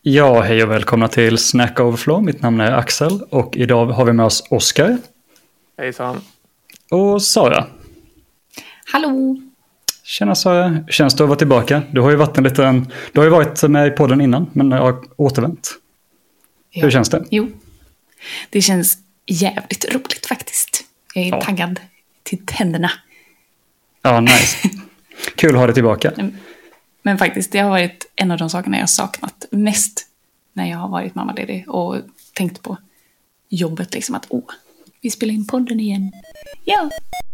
Ja, hej och välkomna till Snack Overflow. Mitt namn är Axel och idag har vi med oss Oskar. Hejsan. Och Sara. Hallå! Tjena Sara, känns det att vara tillbaka? Du har ju varit med i podden innan, men har återvänt. Ja. Hur känns det? Jo, det känns jävligt roligt faktiskt. Jag är taggad till tänderna. Ja, nice. Kul att ha dig tillbaka. Men faktiskt, det har varit en av de sakerna jag saknat mest när jag har varit mammaledig och tänkt på jobbet. Liksom att, vi spelar in podden igen. Ja!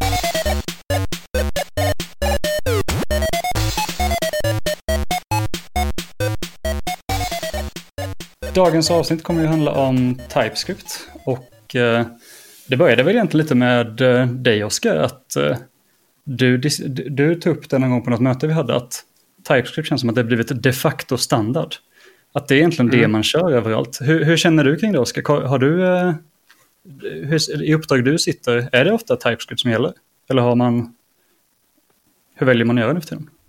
Dagens avsnitt kommer ju handla om TypeScript. Och det började väl egentligen lite med dig, Oskar, att du tog upp det någon gång på något möte vi hade, att TypeScript känns som att det blivit de facto standard. Att det är egentligen det man kör överallt. Hur känner du kring det, Oskar? Har du, i uppdrag du sitter, är det ofta TypeScript som gäller? Eller hur väljer man att göra nu för tiden?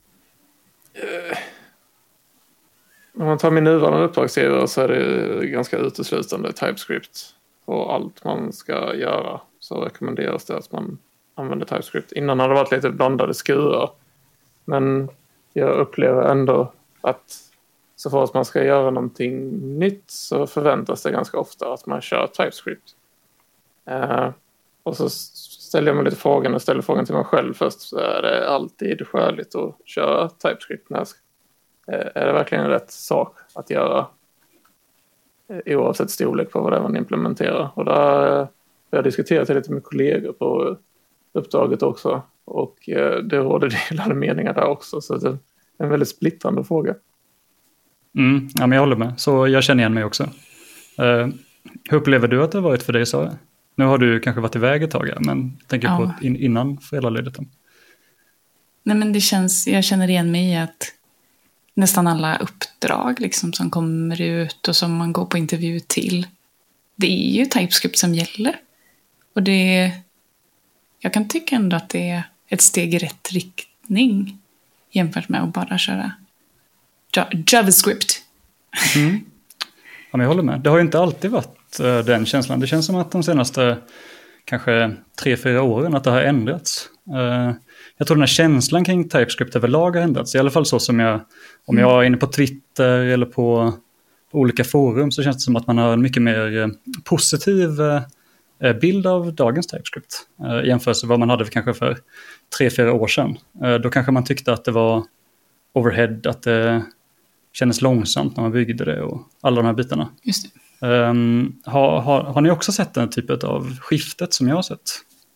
Om man tar min nuvarande uppdragsgivare så är det ganska uteslutande TypeScript. Och allt man ska göra så rekommenderas det att man använder TypeScript. Innan har det varit lite blandade skurar. Men jag upplever ändå att så fort man ska göra någonting nytt så förväntas det ganska ofta att man kör TypeScript. Och så ställer jag mig lite frågan och ställer frågan till mig själv först. Så är det alltid skäligt att köra TypeScript? Är det verkligen rätt sak att göra oavsett storlek på vad det är man implementerar? Och där har jag diskuterat lite med kollegor på uppdraget också. Och det råder delade meningar där också. Så det är en väldigt splittrande fråga. Ja, men jag håller med. Så jag känner igen mig också. Hur upplever du att det har varit för dig, Sara? Nu har du kanske varit iväg ett tag, men tänker på innan föräldraledigheten. Nej, men jag känner igen mig i att nästan alla uppdrag liksom, som kommer ut och som man går på intervju till, det är ju TypeScript som gäller. Och jag kan tycka ändå att det är ett steg i rätt riktning jämfört med att bara köra JavaScript. Ja, men jag håller med. Det har ju inte alltid varit den känslan. Det känns som att de senaste kanske 3-4 åren att det har ändrats. Jag tror den här känslan kring TypeScript överlag har ändrats. I alla fall så som om jag är inne på Twitter eller på olika forum, så känns det som att man har en mycket mer positiv bild av dagens TypeScript. Jämfört med vad man hade kanske för 3-4 år sedan. Då kanske man tyckte att det var overhead, att det kändes långsamt när man byggde det och alla de här bitarna. Just det. Har ni också sett den typen av skiftet som jag har sett?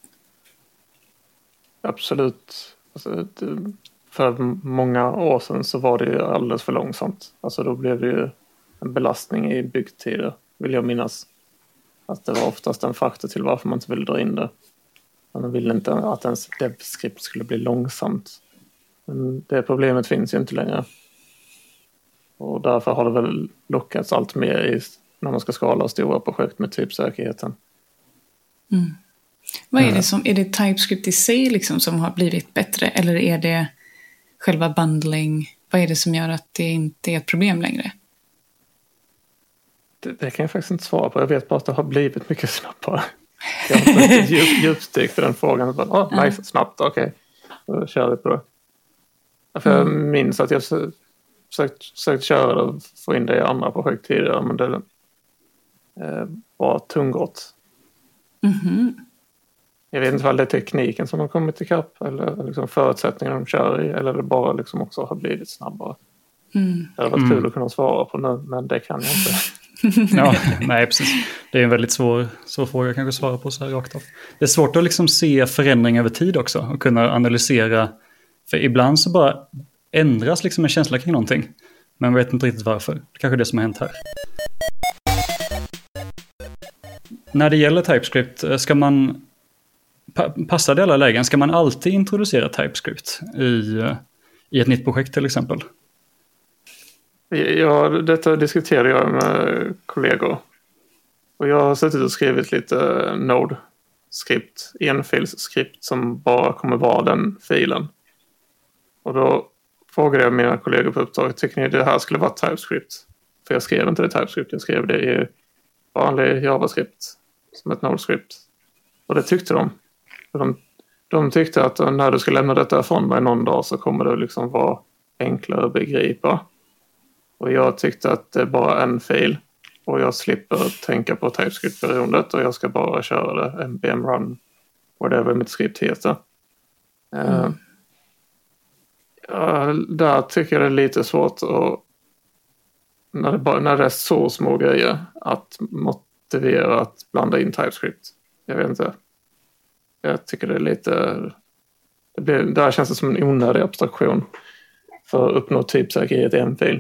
Absolut. Alltså, för många år sedan så var det ju alldeles för långsamt. Alltså då blev det ju en belastning i byggtider, vill jag minnas. Att det var oftast en faktor till varför man inte ville dra in det. Man ville inte att ens DevScript skulle bli långsamt. Men det problemet finns ju inte längre. Och därför har det väl lockats allt mer när man ska skala stora projekt med typsäkerheten. Vad är det är det TypeScript i sig liksom som har blivit bättre, eller är det själva bundling? Vad är det som gör att det inte är ett problem längre? Det kan jag faktiskt inte svara på. Jag vet bara att det har blivit mycket snabbare. Jag har inte djupdykt i den frågan. Nice, snabbt, okej. Då kör vi på det. För jag minns att jag försökt köra det och få in det i andra projekt tidigare, men det var tungrott. Jag vet inte vad det är tekniken som har kommit ikapp eller liksom förutsättningarna de kör i, eller det bara liksom också har blivit snabbare. Det har varit kul att kunna svara på nu, men det kan jag inte. Ja, nej, precis. Det är en väldigt svår fråga kanske att svara på så här rakt av. Det är svårt att liksom se förändringar över tid också och kunna analysera. För ibland så bara ändras liksom en känsla kring någonting. Men man vet inte riktigt varför. Det kanske är det som har hänt här. När det gäller TypeScript, ska man passa det i alla lägen? Ska man alltid introducera TypeScript i ett nytt projekt till exempel? Ja, detta diskuterade jag med kollegor. Och jag har suttit och skrivit lite Node-skript, enfilsskript som bara kommer vara den filen. Och då frågade jag mina kollegor på uppdraget, tycker ni det här skulle vara TypeScript? För jag skrev inte det i TypeScript, jag skrev det i vanlig JavaScript som ett Node-script. Och det tyckte de. De tyckte att när du ska lämna detta ifrån mig någon dag så kommer det liksom vara enklare att begripa. Och jag tyckte att det är bara en fil. Och jag slipper tänka på TypeScript-beroendet och jag ska bara köra det npm run whatever mitt skript heter. Där tycker jag det är lite svårt att när det är så små grejer att motivera att blanda in TypeScript. Jag vet inte. Jag tycker det är lite... Där känns det som en onödig abstraktion för att uppnå typsäkerhet i en fil.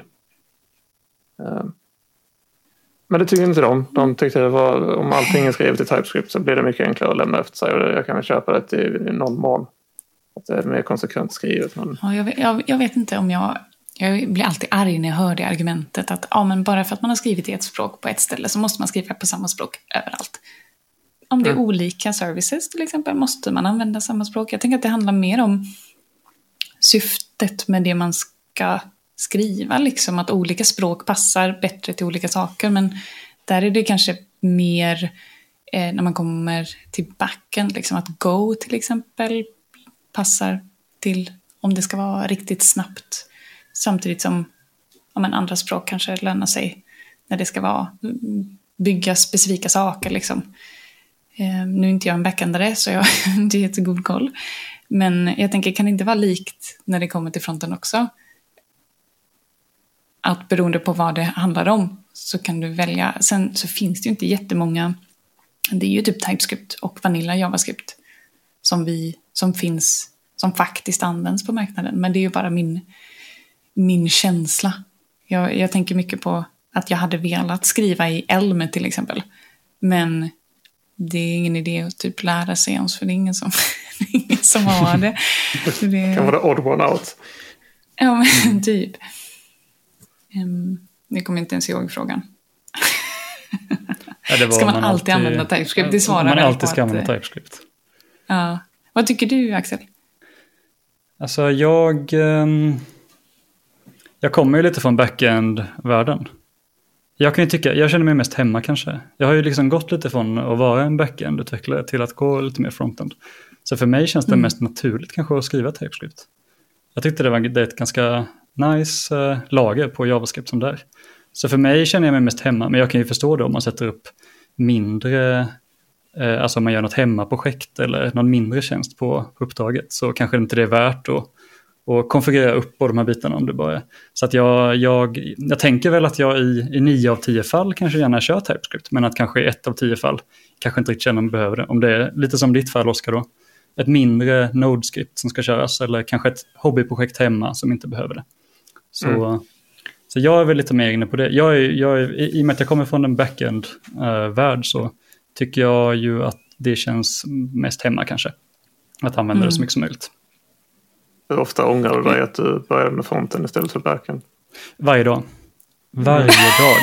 Men det tycker inte de. De tyckte det var, om allting är skrivet i TypeScript så blir det mycket enklare att lämna efter sig. Och jag kan väl köpa det i någon mån. Att det är mer konsekvent skrivet. Men... Ja, jag vet inte om jag blir alltid arg när jag hör det argumentet att men bara för att man har skrivit i ett språk på ett ställe så måste man skriva på samma språk överallt. Om det är olika services till exempel måste man använda samma språk. Jag tänker att det handlar mer om syftet med det man ska skriva. Liksom, att olika språk passar bättre till olika saker. Men där är det kanske mer när man kommer till backend. Liksom, att Go till exempel passar till om det ska vara riktigt snabbt. Samtidigt som andra språk kanske lönar sig när det ska vara bygga specifika saker. Liksom. Nu är inte jag en backendare så jag har inte jättegod koll. Men jag tänker, kan det inte vara likt när det kommer till fronten också? Att beroende på vad det handlar om så kan du välja. Sen så finns det ju inte jättemånga. Det är ju typ TypeScript och Vanilla JavaScript som finns, som faktiskt används på marknaden. Men det är ju bara min känsla. Jag tänker mycket på att jag hade velat skriva i Elm till exempel. Men det är ingen idé att typ lära sig ens för det är ingen som har det. Det kan vara the odd one out. Ja, men typ. Det kommer inte ens ihåg frågan. Ja, ska man alltid använda TypeScript? Det svarar man alltid på ska använda TypeScript. Ja. Vad tycker du, Axel? Alltså jag kommer ju lite från backend-världen. Jag känner mig mest hemma kanske. Jag har ju liksom gått lite från att vara en backend-utvecklare till att gå lite mer frontend. Så för mig känns det mest naturligt kanske att skriva TypeScript. Jag tyckte det är ett ganska nice lager på JavaScript som där. Så för mig känner jag mig mest hemma. Men jag kan ju förstå det om man sätter upp mindre, alltså om man gör något hemmaprojekt eller någon mindre tjänst på uppdraget. Så kanske inte det är värt att konfigurera upp på de här bitarna om det bara är. Så att jag tänker väl att jag i 9 av 10 fall kanske gärna kör TypeScript. Men att kanske i 1 av 10 fall kanske inte riktigt känner att man behöver det. Om det är lite som ditt fall, Oskar då. Ett mindre Node-script som ska köras. Eller kanske ett hobbyprojekt hemma som inte behöver det. Så jag är väl lite mer inne på det. I och med att jag kommer från en backend-värld så tycker jag ju att det känns mest hemma kanske. Att använda det så mycket som möjligt. Hur ofta ångrar du dig att du började med fronten istället för backend? Varje dag. Varje dag.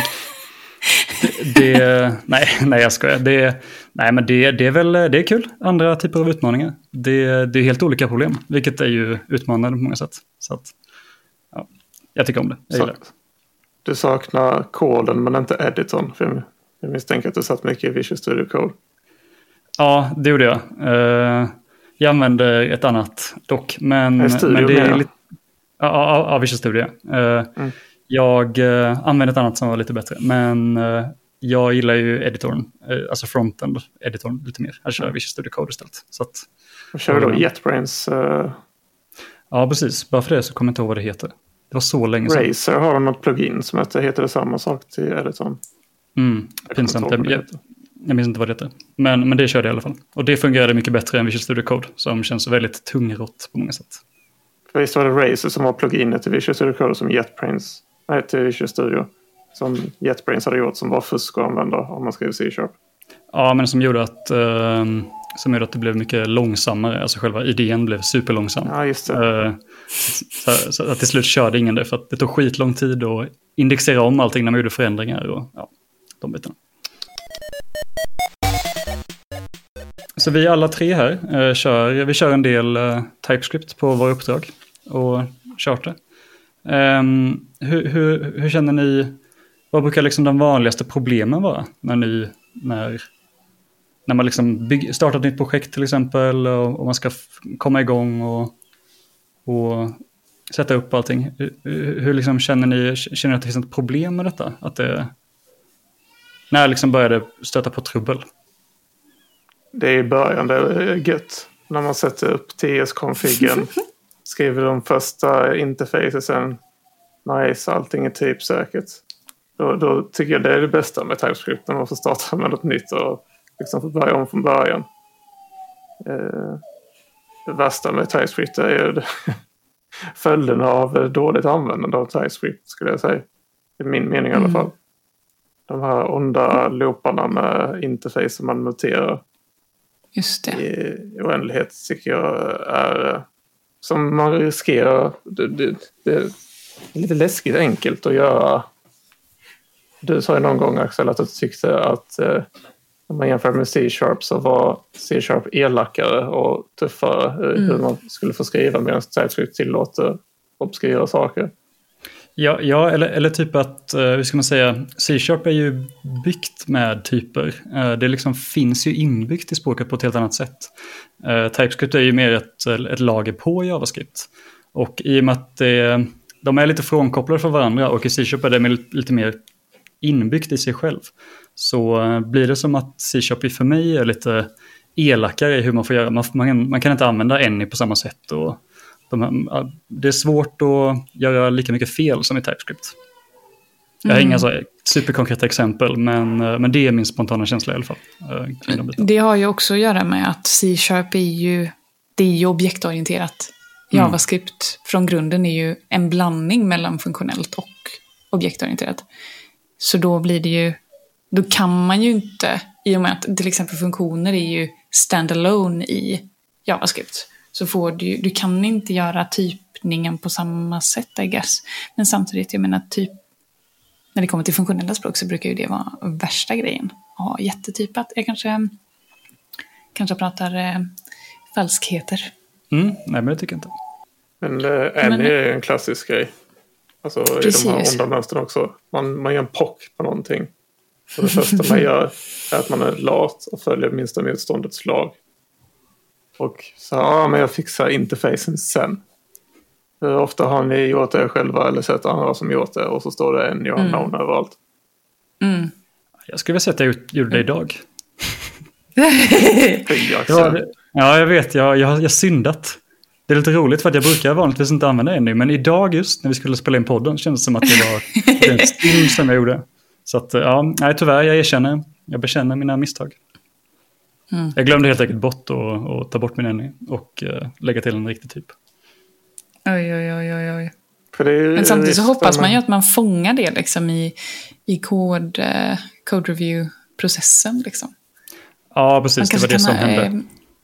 Nej, jag skojar. Det är kul. Andra typer av utmaningar. Det är helt olika problem. Vilket är ju utmanande på många sätt. Så att, ja, jag tycker om det. Jag gillar det. Du saknar koden men inte editorn. För jag misstänker att du satt mycket i Visual Studio Code. Ja, det gjorde jag. Jag använder ett annat dock. Men det är lite... Ja, Visual Studio. Jag använder ett annat som var lite bättre. Men jag gillar ju editorn. Alltså frontend-editorn lite mer. Jag kör Visual Studio Code istället. Så att, kör du då JetBrains? Ja, precis. Bara för det så kommer jag inte ihåg vad det heter. Det var så länge sedan. Razer har något plugin som heter det samma sak till editorn. Pinsamt. Jag minns inte vad det heter. Men det körde jag i alla fall. Och det fungerade mycket bättre än Visual Studio Code. Som känns väldigt tungrott på många sätt. För visst var det Razer som var pluginet till Visual Studio Code som JetBrains. Nej, till Visual Studio. Som JetBrains hade gjort som var fusk att använda om man skrev C#. Ja, men som gjorde att det blev mycket långsammare. Alltså själva idén blev superlångsam. Ja, just det. Så att till slut körde ingen det. För att det tog skitlång tid att indexera om allting när man gjorde förändringar. Och ja, de bitarna. Så vi alla tre här kör en del TypeScript på våra uppdrag. Och kört det. Hur känner ni vad brukar liksom de vanligaste problemen vara när man liksom startar ett nytt projekt till exempel och man ska komma igång och sätta upp allting. Hur liksom känner ni att det finns ett problem med detta? När liksom började stöta på trubbel? Det är i början, det är gött. När man sätter upp TS-konfigen, skriver de första interfacesen, nice, allting är typsäkert. Då tycker jag det är det bästa med TypeScript, när man får starta med något nytt och liksom får börja om från början. Det värsta med TypeScript är ju följderna av dåligt användande av TypeScript, skulle jag säga. Det är min mening i alla fall. De här onda looparna med interface som man noterar. Just det. I oändlighet tycker jag är som man riskerar. Det är lite läskigt enkelt att göra. Du sa ju någon gång, Axel, att du tyckte att om man jämför med C-sharp så var C-sharp elakare och tuffare hur man skulle få skriva, medan TypeScript tillåter obskyra saker. Ja, eller typ att, hur ska man säga, C-sharp är ju byggt med typer. Det liksom finns ju inbyggt i språket på ett helt annat sätt. TypeScript är ju mer ett lager på JavaScript. Och i och med att de är lite frånkopplade från varandra och i C-sharp är det lite mer inbyggt i sig själv, så blir det som att C-sharp för mig är lite elakare i hur man får göra. Man kan inte använda any på samma sätt och det är svårt att göra lika mycket fel som i TypeScript. Jag har inga så superkonkreta exempel, men det är min spontana känsla i alla fall. Det har ju också att göra med att C-sharp är ju objektorienterat. JavaScript från grunden är ju en blandning mellan funktionellt och objektorienterat. Så då blir det ju, då kan man ju inte, i och med att till exempel funktioner är ju standalone i JavaScript, så får du kan inte göra typningen på samma sätt, I guess. Men samtidigt, jag menar, när det kommer till funktionella språk så brukar ju det vara värsta grejen. Ja, jättetypat. Jag kanske pratar falskheter. Nej, men det tycker jag inte. Men är en klassisk grej. Alltså precis. I de här onda mönstren också. Man gör en pock på någonting. Och det första man gör är att man är lat och följer minsta motståndets lag. Och så, men jag fixar interfacen sen. Hur ofta har ni gjort det själva eller sett andra som gjort det? Och så står det en unknown överallt. Jag skulle vilja säga att jag gjorde det idag. Ja, jag vet. Jag har syndat. Det är lite roligt för att jag brukar vanligtvis inte använda en, men idag just när vi skulle spela in podden kändes det som att det var en stim som jag gjorde. Så att, tyvärr, jag bekänner mina misstag. Jag glömde helt enkelt bort och ta bort min ändring och lägga till en riktig typ. Oj. Men samtidigt så hoppas man ju att man fångar det liksom i code review-processen liksom. Ja, precis. Det var det som hände.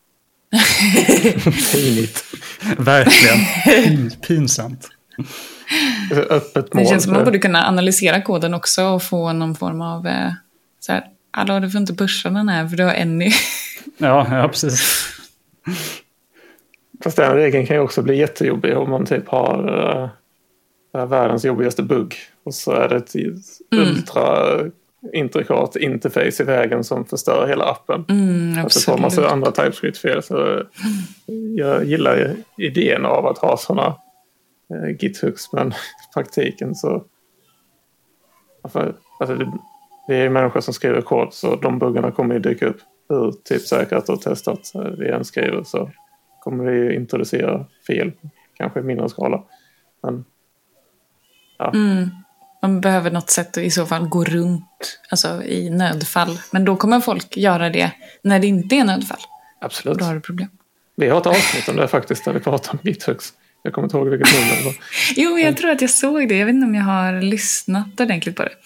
Pinigt. Verkligen. Pinsamt. Öppet mål. Det känns som man borde kunna analysera koden också och få någon form av så här, hallå, du får inte pusha den här för du har any. Ja, precis. Fast den regeln kan ju också bli jättejobbig om man typ har världens jobbigaste bugg. Och så är det ett ultra intrikat interface i vägen som förstör hela appen. Att det får massa andra TypeScript-fel. Så jag gillar idén av att ha sådana githooks, men i praktiken så alltså det är människor som skriver kod, så de buggarna kommer ju dyka upp. Hur typsäkrat och testat vi än skriver så kommer vi introducera fel, kanske i mindre skala. Men ja. Man behöver något sätt att i så fall gå runt, alltså i nödfall. Men då kommer folk göra det när det inte är nödfall. Absolut. Och då har du problem. Vi har ett avsnitt om det faktiskt, där vi pratar om githooks. Jag kommer inte ihåg vilket nummer det var. Jo, jag tror att jag såg det. Jag vet inte om jag har lyssnat ordentligt på det.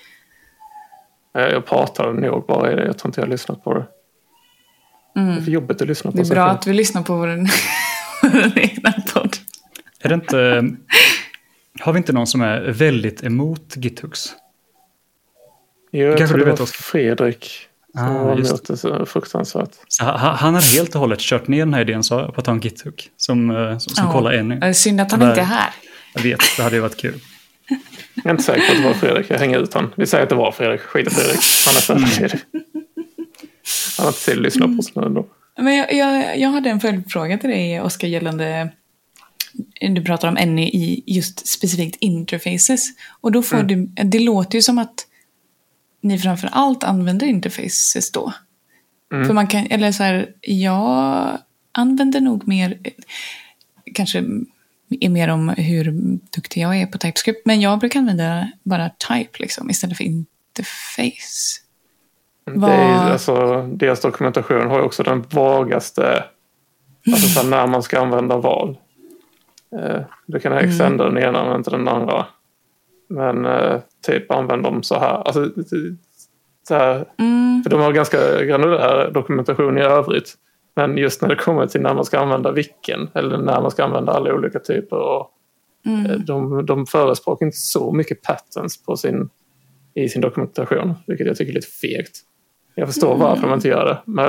Jag pratar nog bara i det. Jag tror inte jag har lyssnat på det. Det är för jobbigt att lyssna på. Det är bra att vi lyssnar på vår egna podd. Är det inte... Har vi inte någon som är väldigt emot githooks? Jag tror det var Fredrik. Just det. Så fruktansvärt. Så han har helt och hållet kört ner den här idén så på att ha en githook som kollar en. Synd att han inte är här. Jag vet, det hade ju varit kul. Jag är inte säker på att det var Fredrik. Jag hänger ut han. Vi säger att det var Fredrik. Skit i Fredrik. Han är svensk. Han har inte till att lyssna på oss nu ändå. Men jag hade en följdfråga till dig, Oskar, gällande... Du pratar om Any i just specifikt interfaces. Och då får du... Det låter ju som att ni framför allt använder interfaces då. För man kan... Eller så här, jag använder nog mer... Kanske är mer om hur duktig jag är på TypeScript. Men jag brukar använda bara type liksom, istället för interface. Deras dokumentation har ju också den vagaste, alltså så när man ska använda val. Du kan extenda den ena men inte den andra. Men typ använder dem så här. Alltså, så här för de har ganska granulär dokumentation i övrigt. Men just när det kommer till när man ska använda vilken, eller när man ska använda alla olika typer, och de förespråkar inte så mycket patterns i sin dokumentation, vilket jag tycker är lite fegt. Jag förstår varför man inte gör det, men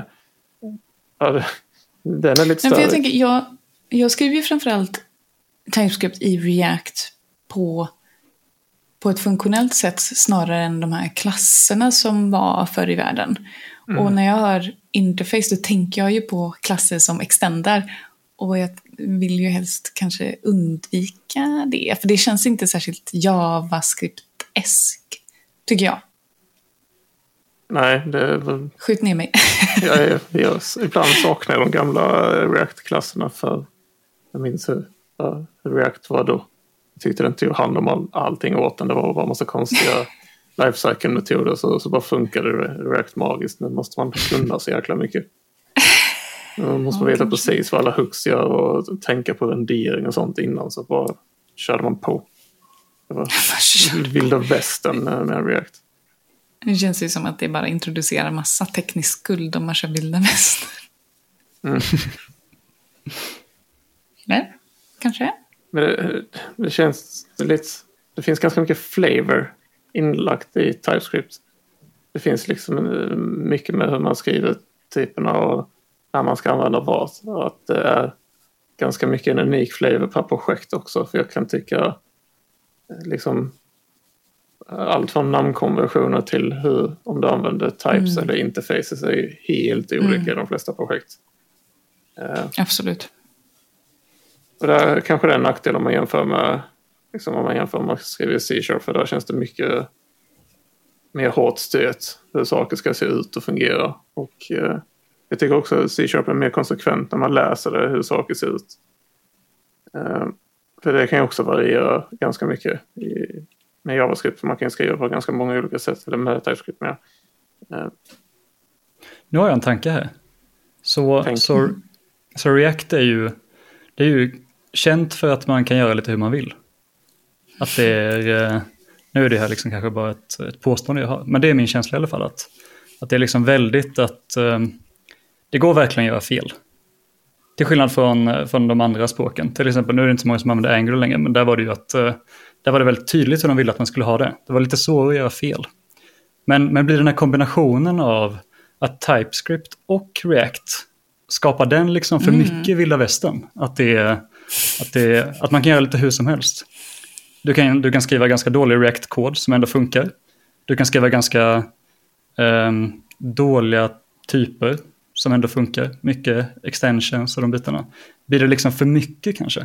den är lite större. Jag tänker, jag skriver ju framförallt TypeScript i React på ett funktionellt sätt snarare än de här klasserna som var förr i världen. Och när jag hör interface då tänker jag ju på klasser som extendar, och jag vill ju helst kanske undvika det, för det känns inte särskilt JavaScript-esk, tycker jag. Nej, det är väl... Skjut ner mig. Ibland saknar jag de gamla React-klasserna, för jag minns hur React var då. Jag tyckte den tog hand om allting åt den. Det var bara en massa konstiga lifecycle-metoder, så bara funkade React magiskt. Nu måste man kunna så jäkla mycket. Nu måste man veta precis vad alla hooks gör och tänka på rendering och sånt innan, så bara körde man på. Det var vilda västern med React. Det känns ju som att det bara introducerar massa teknisk skuld om man kör vilda västern. Eller? Kanske? Men det känns lite... Det finns ganska mycket flavor inlagt i TypeScript. Det finns liksom mycket med hur man skriver typerna och när man ska använda vad. Och att det är ganska mycket en unik flavor per projekt också. För jag kan tycka liksom allt från namnkonversioner till om du använder types eller interfaces är ju helt olika i de flesta projekt. Absolut. Och där kanske det är en nackdel om man jämför med om man skriver C#, för där känns det mycket mer hårt styrt hur saker ska se ut och fungera. Och jag tycker också att C# är mer konsekvent när man läser det, hur saker ser ut. För det kan ju också variera ganska mycket med JavaScript, för man kan skriva på ganska många olika sätt, eller med TypeScript med. Nu har jag en tanke här. Så React är ju känt för att man kan göra lite hur man vill. Att det är, nu är det här liksom kanske bara ett påstående jag har, men det är min känsla i alla fall, att det är liksom väldigt att det går verkligen att göra fel. Till skillnad från de andra språken. Till exempel, nu är det inte så många som använder Angular längre, men där var det ju där var det väldigt tydligt hur de ville att man skulle ha det. Det var lite svårt att göra fel. Men blir den här kombinationen av att TypeScript och React skapar den liksom för mycket vilda västern, att man kan göra lite hur som helst. Du kan skriva ganska dålig React-kod som ändå funkar. Du kan skriva ganska dåliga typer som ändå funkar. Mycket extensions och de bitarna. Blir det liksom för mycket kanske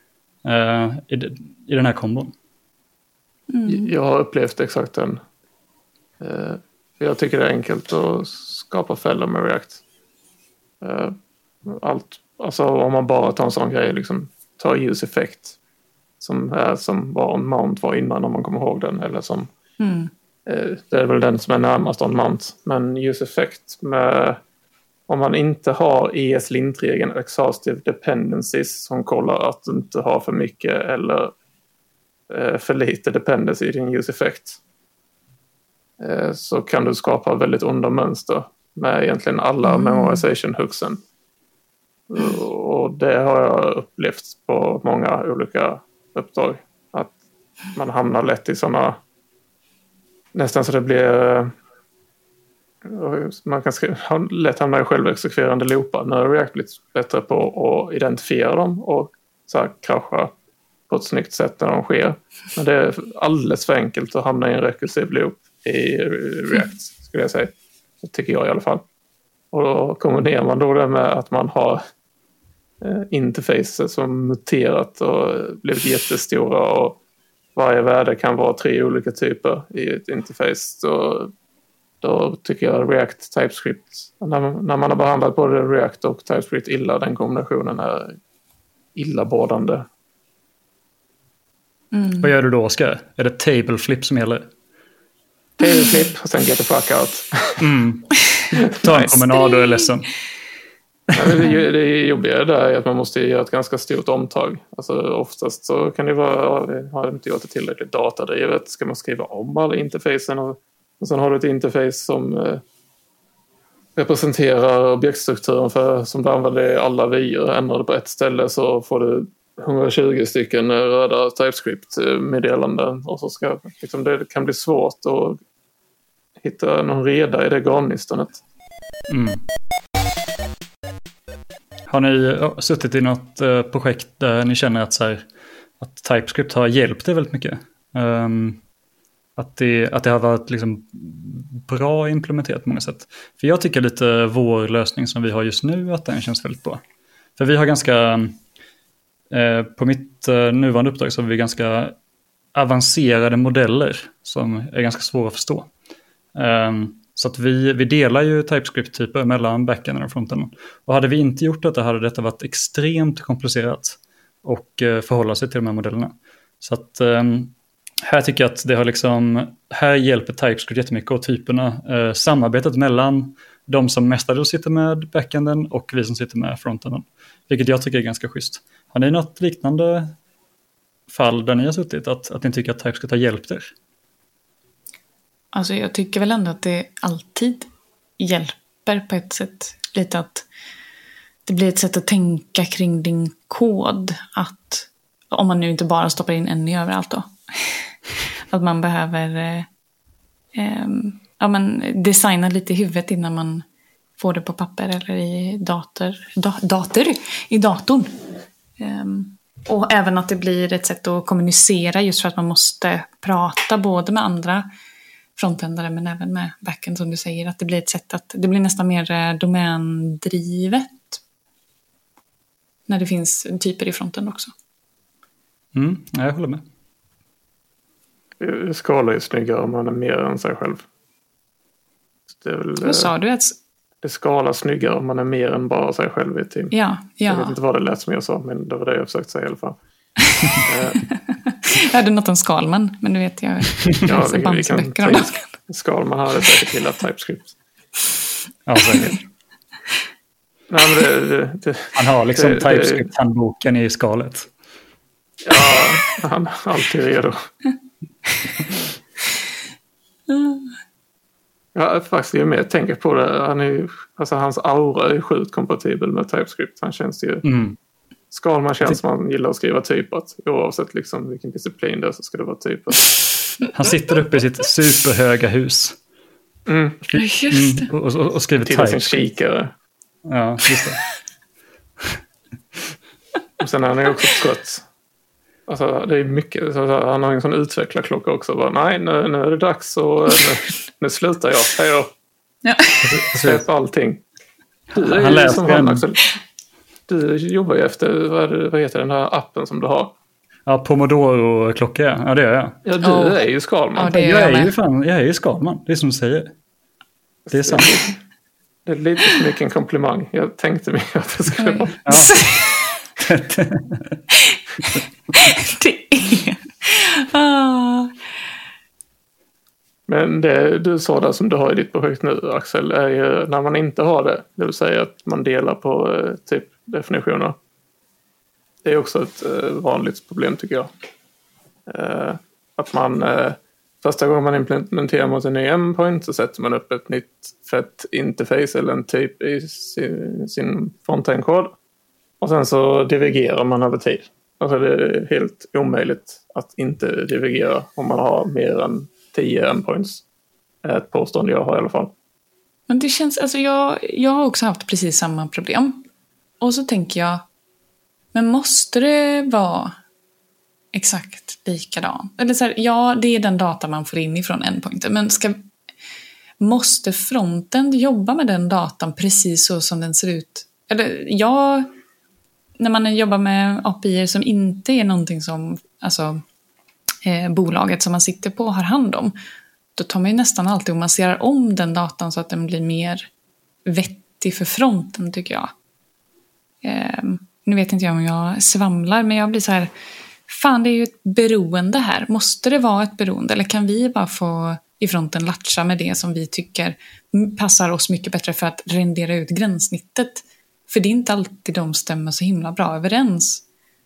i den här kombon? Jag har upplevt exakt den. Jag tycker det är enkelt att skapa fällor med React. Alltså om man bara tar en sån grej, liksom tar use effect som var on mount var innan, om man kommer ihåg den, eller som det är väl den som är närmast on mount, men use effect om man inte har ES-lint-regeln exhaustive dependencies som kollar att du inte har för mycket eller för lite dependency i din use effect, så kan du skapa väldigt onda mönster med egentligen alla memorization hooksen. Och det har jag upplevt på många olika uppdrag, att man hamnar lätt i sådana, nästan så det blir, man kan lätt hamna i självexekverande loopar. Nu har React blivit bättre på att identifiera dem och så här krascha på ett snyggt sätt när de sker. Men det är alldeles för enkelt att hamna i en recursive loop i React, skulle jag säga. Det tycker jag i alla fall. Och då kombinerar man då det med att man har interfaces som muterat och blivit jättestora och varje värde kan vara 3 olika typer i ett interface. Då tycker jag React TypeScript, när man har behandlat både React och TypeScript illa, den kombinationen är illaborrande. Vad gör du då, Oskar? Är det table flip som gäller? Table flip och sen get the fuck out. Ta en promenad och är ledsen. Det jobbiga där är att man måste göra ett ganska stort omtag. Alltså oftast så kan det vara, har inte gjort det tillräckligt datadrivet, ska man skriva om alla interfacen och sen har du ett interface som representerar objektstrukturen som du använder i alla vyer. Ändrar du på ett ställe så får du 120 stycken röda TypeScript-meddelanden och så ska, liksom, det kan bli svårt att hitta någon reda i det garnnystonet. Har ni suttit i något projekt där ni känner att TypeScript har hjälpt er väldigt mycket? Att det har varit liksom bra implementerat på många sätt. För jag tycker lite vår lösning som vi har just nu, att den känns väldigt bra. För vi har ganska, på mitt nuvarande uppdrag så har vi ganska avancerade modeller som är ganska svåra att förstå. Så att vi delar ju TypeScript-typer mellan backenden och frontenden. Och hade vi inte gjort detta hade detta varit extremt komplicerat och förhålla sig till de här modellerna. Så att här tycker jag att det har liksom, här hjälper TypeScript jättemycket och typerna. Samarbetet mellan de som mestadels sitter med backenden och vi som sitter med frontenden. Vilket jag tycker är ganska schysst. Har ni något liknande fall där ni har suttit att ni tycker att TypeScript har hjälpt er? Alltså jag tycker väl ändå att det alltid hjälper på ett sätt. Lite att det blir ett sätt att tänka kring din kod. Att om man nu inte bara stoppar in en överallt då. Att man behöver designa lite i huvudet innan man får det på papper eller i datorn. Och även att det blir ett sätt att kommunicera just för att man måste prata både med andra frontändare men även med backend som du säger. Att det blir ett sätt att det blir nästan mer domändrivet när det finns typer i fronten också. Jag håller med. Skala är snyggare om man är mer än sig själv. Det är väl, vad sa du? Det skalar snyggare om man är mer än bara sig själv i ett team. Ja. Jag vet inte vad det lät som jag sa, men det var det jag försökte säga i alla fall. Jag hade något om Skalman, men du vet jag vi kan ta Skalman hade säkert gillat TypeScript. Ja, säkert. Nej, men han har liksom TypeScript-handboken i skalet. Ja, han är alltid redo. Ja, faktiskt ju mer jag tänker på det. Hans aura är sjukt kompatibel med TypeScript. Han känns ju... Skalman känns som man gillar att skriva typat. Oavsett liksom vilken disciplin det är så ska det vara typat. Han sitter uppe i sitt superhöga hus. Just det. Och skriver till TypeScript. Sin kikare. Ja, just det. Och sen är han ju också trött. Alltså, det är mycket. Han har en sån utvecklarklocka också. Bara, nej, nu är det dags och nu slutar jag. Hej då. Ja. Släpp allting. Han läser du jobbar ju efter, vad heter den här appen som du har? Ja, Pomodoro-klocka. Ja, det gör jag. Ja, du är ju Skalman. Ja, jag är ju Skalman. Det är som du säger. Det är sant. Det är lite för mycket en komplimang. Jag tänkte mig att det skulle vara. Ja. Det är... Men det du sa där som du har i ditt projekt nu, Axel, är ju när man inte har det. Det vill säga att man delar på typdefinitioner. Det är också ett vanligt problem tycker jag. Att man första gången man implementerar mot en ny endpoint så sätter man upp ett nytt fett interface eller en typ i sin frontend-kod. Och sen så divergerar man över tid. Alltså det är helt omöjligt att inte divergera om man har mer än 10 endpoints. Ett påstående jag har i alla fall. Men det känns, alltså jag har också haft precis samma problem. Och så tänker jag, men måste det vara exakt likadan. Eller så här, ja, det är den data man får in ifrån endpointen. Men måste frontend jobba med den datan precis så som den ser ut? Eller ja, när man jobbar med API som inte är någonting som bolaget som man sitter på har hand om, då tar man ju nästan alltid och masserar om den datan så att den blir mer vettig för fronten, tycker jag. Nu vet inte jag om jag svamlar, men jag blir så här, fan, det är ju ett beroende här. Måste det vara ett beroende, eller kan vi bara få i fronten latcha med det som vi tycker passar oss mycket bättre för att rendera ut gränssnittet? För det är inte alltid de stämmer så himla bra överens.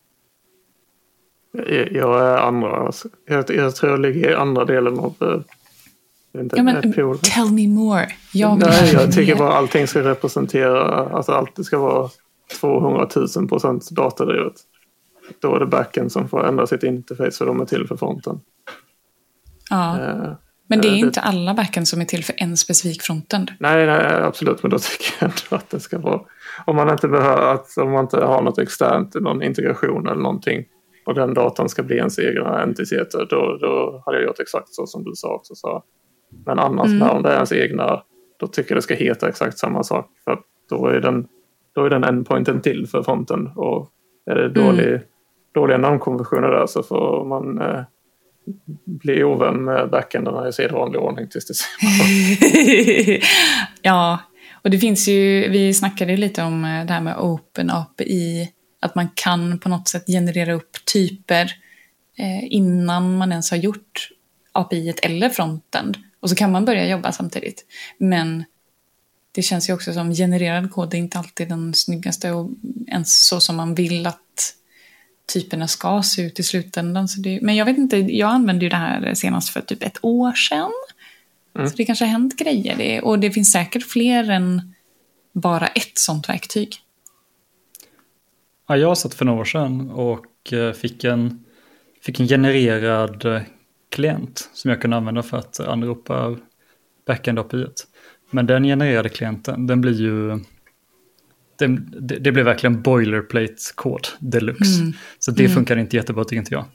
Jag är andra. Jag tror jag ligger i andra delen av... tell me more. Jag tycker bara allting ska representera, alltså allt ska vara 200,000% datadrivet. Då är det backen som får ändra sitt interface, för de är till för fronten. Ja. Men det är inte alla backend som är till för en specifik frontend. Nej, absolut. Men då tycker jag ändå att det ska vara... Om man inte har något externt, någon integration eller någonting, och den datan ska bli ens egna entiteter, då hade jag gjort exakt så som du sa också. Men annars, när det är ens egna, då tycker jag det ska heta exakt samma sak. För att då är den endpointen till för fronten. Och är det dåliga namnkonventioner där, så får man... bli ovän med backendarna i sedvanlig ordning tills det ser. Ja, och det finns ju, vi snackade lite om det här med Open API, att man kan på något sätt generera upp typer innan man ens har gjort API eller frontend, och så kan man börja jobba samtidigt. Men det känns ju också som genererad kod är inte alltid den snyggaste och ens så som man vill att typerna ska se ut i slutändan. Men jag vet inte, jag använde ju det här senast för typ 1 år sedan. Så det kanske har hänt grejer. Och det finns säkert fler än bara ett sånt verktyg. Ja, jag satt för några år sedan och fick en genererad klient som jag kunde använda för att anropa backend-API-et. Men den genererade klienten, den blir ju... Det blev verkligen boilerplate-kod deluxe. Så det funkar inte jättebra, tycker inte jag.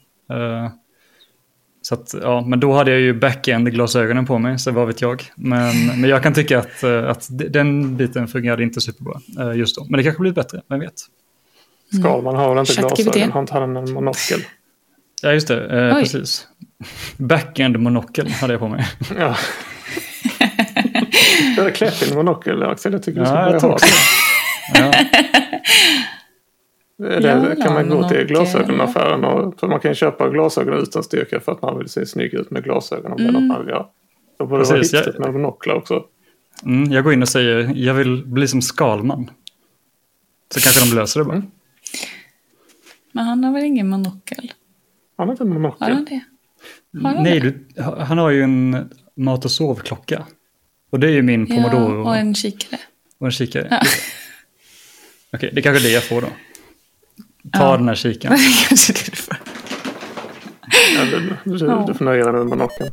Så att, ja, men då hade jag ju backend-glasögonen på mig, så vad vet jag. Men jag kan tycka att den biten fungerade inte superbra just då. Men det kanske blir bättre, vem vet. Skalman har väl inte glasögon, har inte han en monokel? Ja, just det, precis. Backend-monokel hade jag på mig. Ja. Det är klätt i en monokel, Axel. Jag tycker du ska börja ha det. Ja. Det kan man gå till glasögonaffären, och man kan köpa glasögon utan styrka för att man vill se snygg ut med glasögon, om det är något man vill göra. Då borde det vara hipstigt med monoklar också. Jag går in och säger, jag vill bli som Skalman. Så kanske de löser det bara. Men han har väl ingen monokel? Han har inte en monokel. Har han det? Nej, han har ju en mat- och sovklocka. Och det är ju min Pomodoro. Och en kikare. Och en kikare. Ja. Okej, det är kanske det jag får då. Ta den här kikaren. Kanske det du får. Du får nöja dig med monokeln.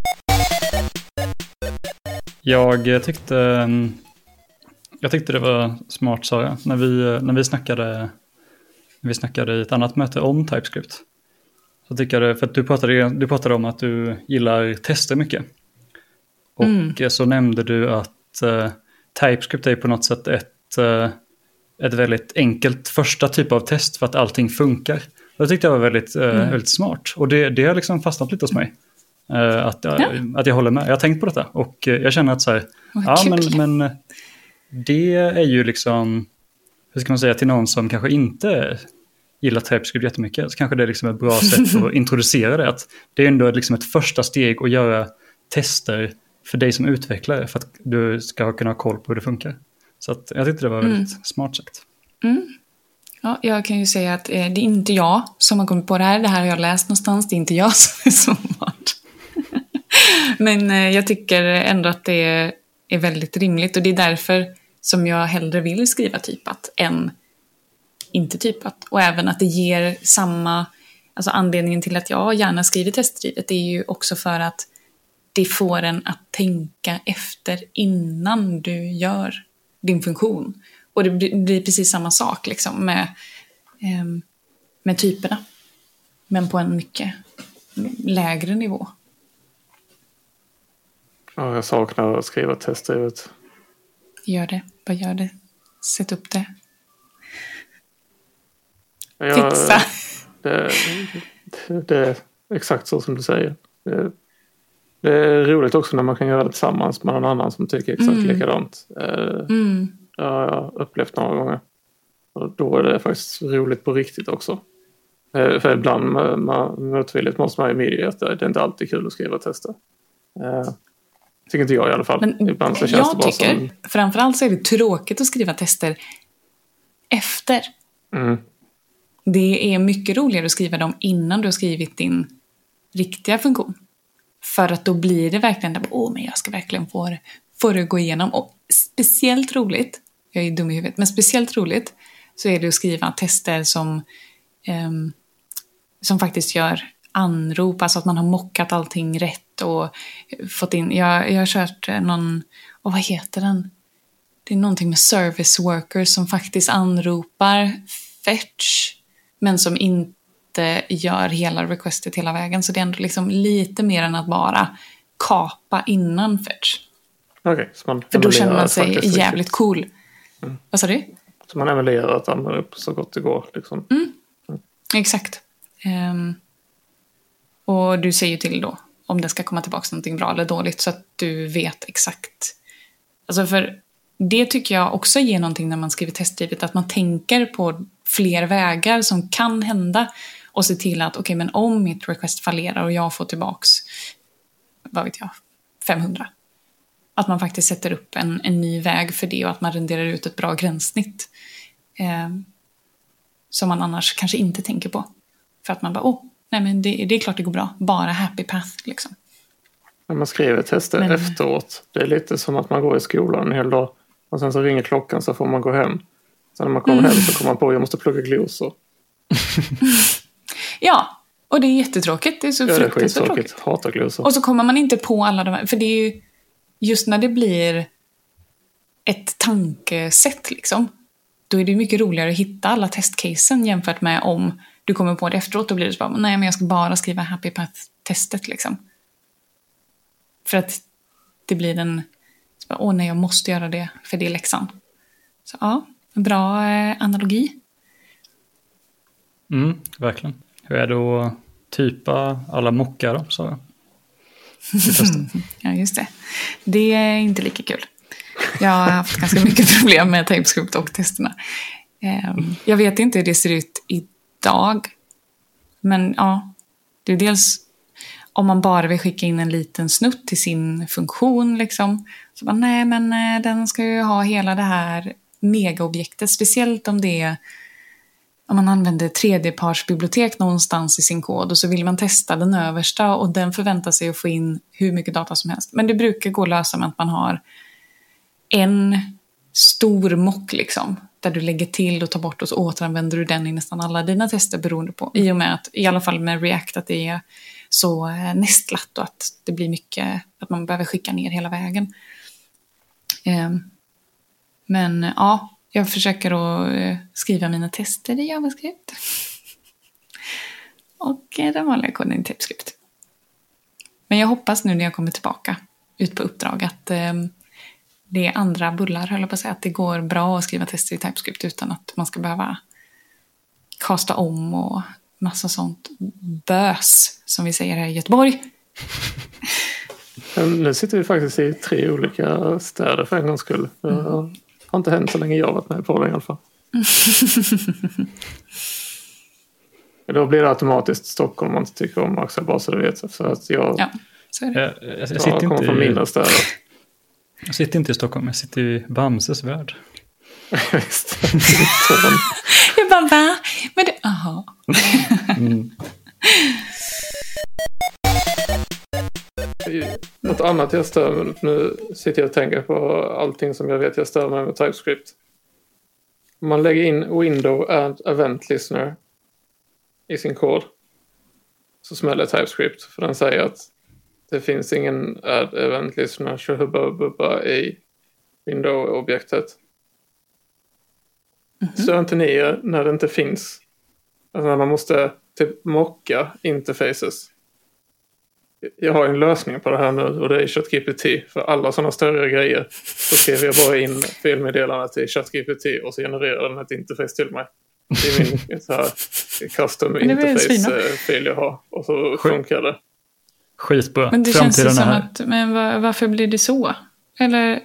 Jag tyckte det var smart, Sara, när vi snackade i ett annat möte om TypeScript. Så tycker jag det, för att du pratade om att du gillar tester mycket. Och så nämnde du att TypeScript är på något sätt ett väldigt enkelt första typ av test för att allting funkar. Och det tyckte jag var väldigt smart. Och det har liksom fastnat lite hos mig. Att jag håller med. Jag har tänkt på detta. Och jag känner att så här, men det är ju liksom, hur ska man säga, till någon som kanske inte gillar TypeScript jättemycket, så kanske det är liksom ett bra sätt att introducera det. Att det är ändå liksom ett första steg att göra tester för dig som utvecklare, för att du ska kunna ha koll på hur det funkar. Så att jag tyckte det var väldigt smart sagt. Ja, jag kan ju säga att det är inte jag som har kommit på det här. Det här har jag läst någonstans. Det är inte jag som är så smart. Men jag tycker ändå att det är väldigt rimligt. Och det är därför som jag hellre vill skriva typat än inte typat. Och även att det ger samma... Alltså anledningen till att jag gärna skriver testdrivet är ju också för att det får en att tänka efter innan du gör din funktion. Och det blir precis samma sak liksom med typerna. Men på en mycket lägre nivå. Ja, jag saknar att skriva testdrivet. Gör det. Vad gör det? Sätt upp det. Fixa. Det är exakt så som du säger. Det är roligt också när man kan göra det tillsammans med någon annan som tycker exakt likadant. Det har jag upplevt några gånger. Och då är det faktiskt roligt på riktigt också. För ibland motvilligt måste man ju medge att det är inte alltid kul att skriva tester. Tycker inte jag i alla fall. Men ibland så känns jag det bara tycker, som... framförallt så är det tråkigt att skriva tester efter. Det är mycket roligare att skriva dem innan du har skrivit din riktiga funktion. För att då blir det verkligen där, men jag ska verkligen få det att gå igenom. Och speciellt roligt, jag är dum i huvudet, men speciellt roligt så är det att skriva tester som faktiskt gör anrop, alltså att man har mockat allting rätt och fått in, jag har kört någon, vad heter den? Det är någonting med service workers som faktiskt anropar fetch, men som inte gör hela requestet hela vägen, så det är ändå liksom lite mer än att bara kapa innan fetch. Okej, för då känner man sig jävligt cool. Vad sa du? Så man emulerar att anrop så gott det går liksom. Exakt. Och du säger ju till då om det ska komma tillbaka någonting bra eller dåligt, så att du vet exakt. Alltså för det tycker jag också ger någonting när man skriver testdrivet, att man tänker på fler vägar som kan hända och se till att okej, men om mitt request fallerar och jag får tillbaks, vad vet jag, 500. Att man faktiskt sätter upp en ny väg för det och att man renderar ut ett bra gränssnitt. Som man annars kanske inte tänker på. För att man bara, nej men det är klart det går bra. Bara happy path liksom. När man skriver tester efteråt, det är lite som att man går i skolan en hel dag och sen så ringer klockan så får man gå hem. Sen när man kommer hem så kommer man på att jag måste plugga glosor. Ja, och det är jättetråkigt. Det är så fruktansvärt tråkigt. Hatar glosor. Och så kommer man inte på alla de här, för det är ju just när det blir ett tankesätt liksom, då är det mycket roligare att hitta alla testcasen jämfört med om du kommer på det efteråt, då blir det så bara, nej men jag ska bara skriva happy path-testet liksom. För att det blir nej jag måste göra det för det är läxan. Så ja, en bra analogi. Verkligen. Hur är det att typa alla mockar då, så ja, just det. Det är inte lika kul. Jag har haft ganska mycket problem med TypeScript och testerna. Jag vet inte hur det ser ut idag. Men ja, det är dels om man bara vill skicka in en liten snutt till sin funktion liksom. Så bara, nej men den ska ju ha hela det här megaobjektet. Speciellt om det är, om man använder tredjepartsbibliotek någonstans i sin kod och så vill man testa den översta och den förväntar sig att få in hur mycket data som helst. Men det brukar gå att lösa med att man har en stor mock liksom, där du lägger till och tar bort och så återanvänder du den i nästan alla dina tester beroende på. I och med att, i alla fall med React, att det är så nästlat och att det blir mycket, att man behöver skicka ner hela vägen. Men ja, jag försöker att skriva mina tester i JavaScript. Och den vanliga koden i TypeScript. Men jag hoppas nu när jag kommer tillbaka ut på uppdrag att det är andra bullar, höll jag på att säga, att det går bra att skriva tester i TypeScript utan att man ska behöva kasta om och massa sånt bös, som vi säger här i Göteborg. Nu sitter vi faktiskt i 3 olika städer för en gångs skull. Det har inte hänt så länge jag varit med på det i alla fall. Då blir det automatiskt Stockholm om man inte tycker om Axel, bara så du vet. Så att jag så är det. Jag sitter kommer från mindre städer. Jag sitter inte i Stockholm, jag sitter i Bamses värld. Visst. Jag bara, va? Men det, aha. Något annat jag stör mig, nu sitter jag och tänker på allting som jag vet jag stör mig med TypeScript. Om man lägger in window and event listener i sin kod så smäller TypeScript, för den säger att det finns ingen add event listener i window-objektet. Så inte ni när det inte finns. Alltså när man måste typ mocka interfaces. Jag har en lösning på det här nu och det är ChatGPT. För alla sådana större grejer så skriver jag bara in filmmeddelandet till ChatGPT och så genererar den ett interface till mig. Det är min så här custom interface-fil jag har. Och så funkar det. Skitbra. Men det känns ju som att, men varför blir det så? Eller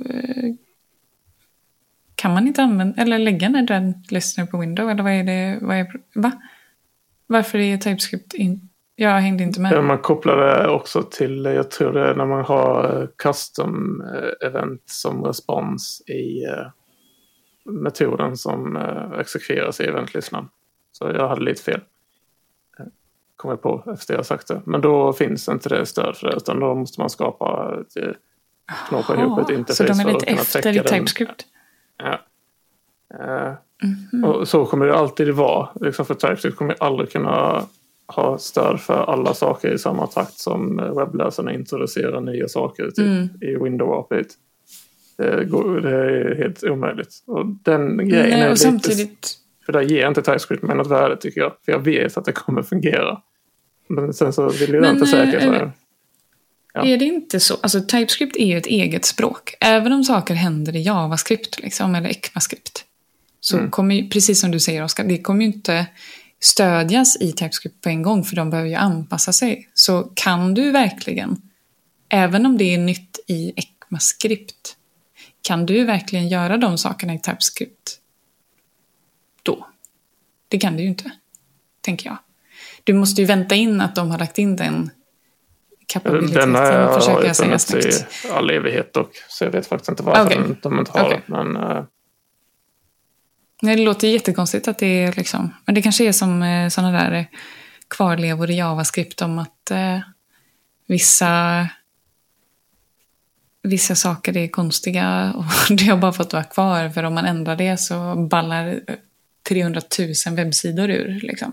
kan man inte använda, eller lägga ner den listener på Windows? Eller vad är det, varför är TypeScript jag hängde inte med. Man kopplar det också till, jag tror det är när man har custom event som respons i metoden som exekveras i eventlistan. Så jag hade lite fel. Kommer på efter jag sagt det. Men då finns inte det stöd för det, utan då måste man skapa knåpa ihop ett interface. Så de är lite efter i TypeScript? Ja. Och så kommer det alltid vara. Liksom, för TypeScript kommer aldrig kunna ha stöd för alla saker i samma takt som webbläsarna introducerar nya saker typ, i Windows-API. Det är helt omöjligt. Och den grejen är lite... Samtidigt... För det ger inte TypeScript med något värde tycker jag. För jag vet att det kommer fungera. Men sen så vill jag inte säkra för det. Ja. Är det inte så? Alltså TypeScript är ju ett eget språk. Även om saker händer i JavaScript liksom, eller ECMAScript. Så kommer ju, precis som du säger Oskar, det kommer ju inte stödjas i TypeScript på en gång. För de behöver ju anpassa sig. Så kan du verkligen, även om det är nytt i ECMAScript, kan du verkligen göra de sakerna i TypeScript då? Det kan du ju inte, tänker jag. Du måste ju vänta in att de har lagt in den kapabiliteten och försöka säga snabbt. I all evighet och så jag vet faktiskt inte varför de inte har det. Men, nej, det låter jättekonstigt att det är liksom... Men det kanske är som sådana där kvarlevor i JavaScript om att vissa saker är konstiga och det har bara fått vara kvar, för om man ändrar det så ballar 300 000 webbsidor ur liksom.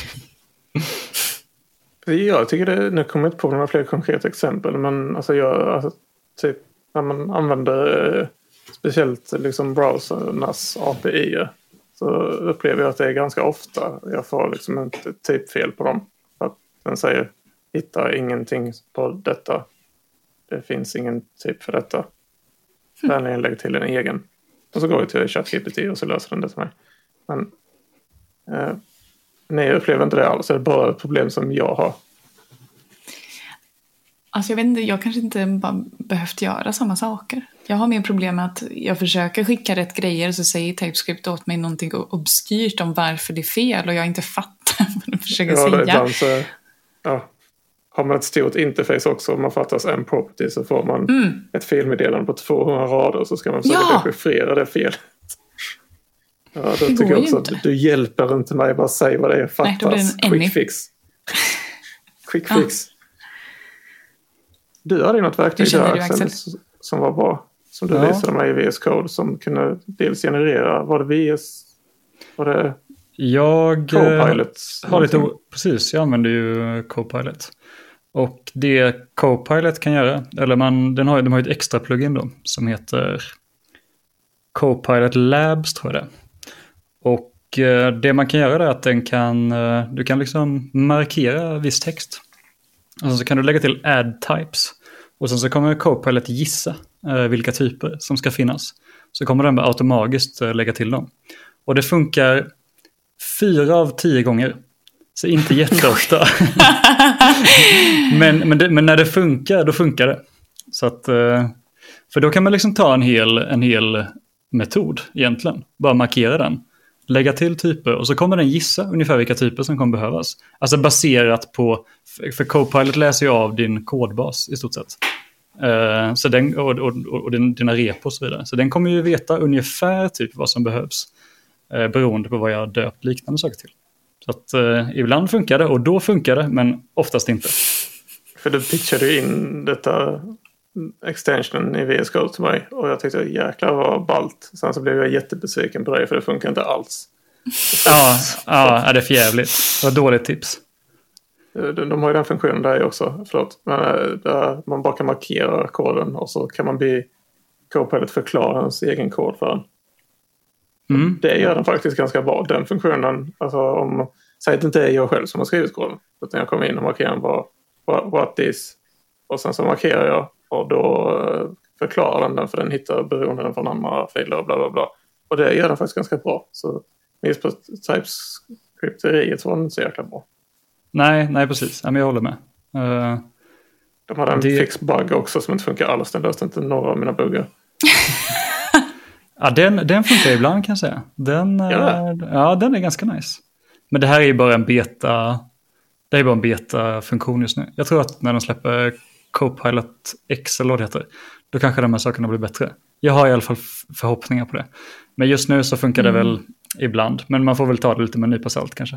Jag tycker det, nu kommer jag inte på några fler konkreta exempel, men alltså typ när man använder speciellt liksom browsernas API så upplever jag att det är ganska ofta jag får liksom ett typfel på dem. För att den säger hitta ingenting på detta. Det finns ingen typ för detta. Den lägger till en egen. Och så går vi till ChatGPT och så löser den det till mig. Men nej, jag upplever inte det alls. Det är bara ett problem som jag har. Alltså jag vet inte, jag kanske inte bara behövt göra samma saker. Jag har mer problem med att jag försöker skicka rätt grejer och så säger TypeScript åt mig någonting obskyrt om varför det är fel och jag inte fattar vad de försöker säga. Ibland så, har man ett stort interface också, om man fattas en property så får man ett felmeddelande på 200 rader och så ska man försöka chiffrera det felet. Ja, då tycker jag också att du hjälper inte mig, bara säg vad det är, fattas. Quick fix. Quick fix. Du hade ju något verktyg där, Axel, som var bra. Som du visade mig i VS Code som kunde dels generera, var det VS? Var det Copilot? Precis, jag använder ju Copilot. Och det Copilot kan göra, eller de har ett extra plugin då som heter Copilot Labs, tror jag det. Och det man kan göra är att du kan liksom markera viss text. Och så kan du lägga till add types. Och sen så kommer Copilot gissa vilka typer som ska finnas. Så kommer den automatiskt lägga till dem. Och det funkar 4 av 10 gånger. Så inte jätteofta. men när det funkar, då funkar det. Så att, för då kan man liksom ta en hel metod egentligen. Bara markera den. Lägga till typer och så kommer den gissa ungefär vilka typer som kommer behövas. Alltså baserat på, för Copilot läser ju av din kodbas i stort sett. Så den, och dina repos och så vidare. Så den kommer ju veta ungefär typ vad som behövs. Beroende på vad jag har döpt liknande saker till. Så att ibland funkar det och då funkar det, men oftast inte. För du pitchade in detta extensionen i VS Code till mig och jag tyckte jäklar vad ballt. Sen så blev jag jättebesviken på det för det funkar inte alls. Ja, det är för jävligt. Det var ett dåligt tips. De har ju den funktionen där också, men där man bara kan markera koden och så kan man be Copilot förklara hans egen kod för den. Det gör den faktiskt ganska bra. Den funktionen, alltså om säg att det inte är jag själv som har skrivit koden. Utan jag kommer in och markerar bara what is. Och sen så markerar jag och då förklarar den för den hittar beroenden från andra filer och bla bla bla. Och det gör den faktiskt ganska bra. Så just på TypeScript-eriet var den inte så jäkla bra. Nej, precis. Jag håller med. De hade en fix-bug också som inte funkar alls. Den löste inte några av mina buggar. Ja, den funkar ibland kan jag säga. Den är ganska nice. Men det här är ju bara en beta. Det är bara en beta-funktion just nu. Jag tror att när de släpper Copilot X eller vad det heter, då kanske de här sakerna blir bättre. Jag har i alla fall förhoppningar på det. Men just nu så funkar det väl ibland. Men man får väl ta det lite med en nypa salt kanske.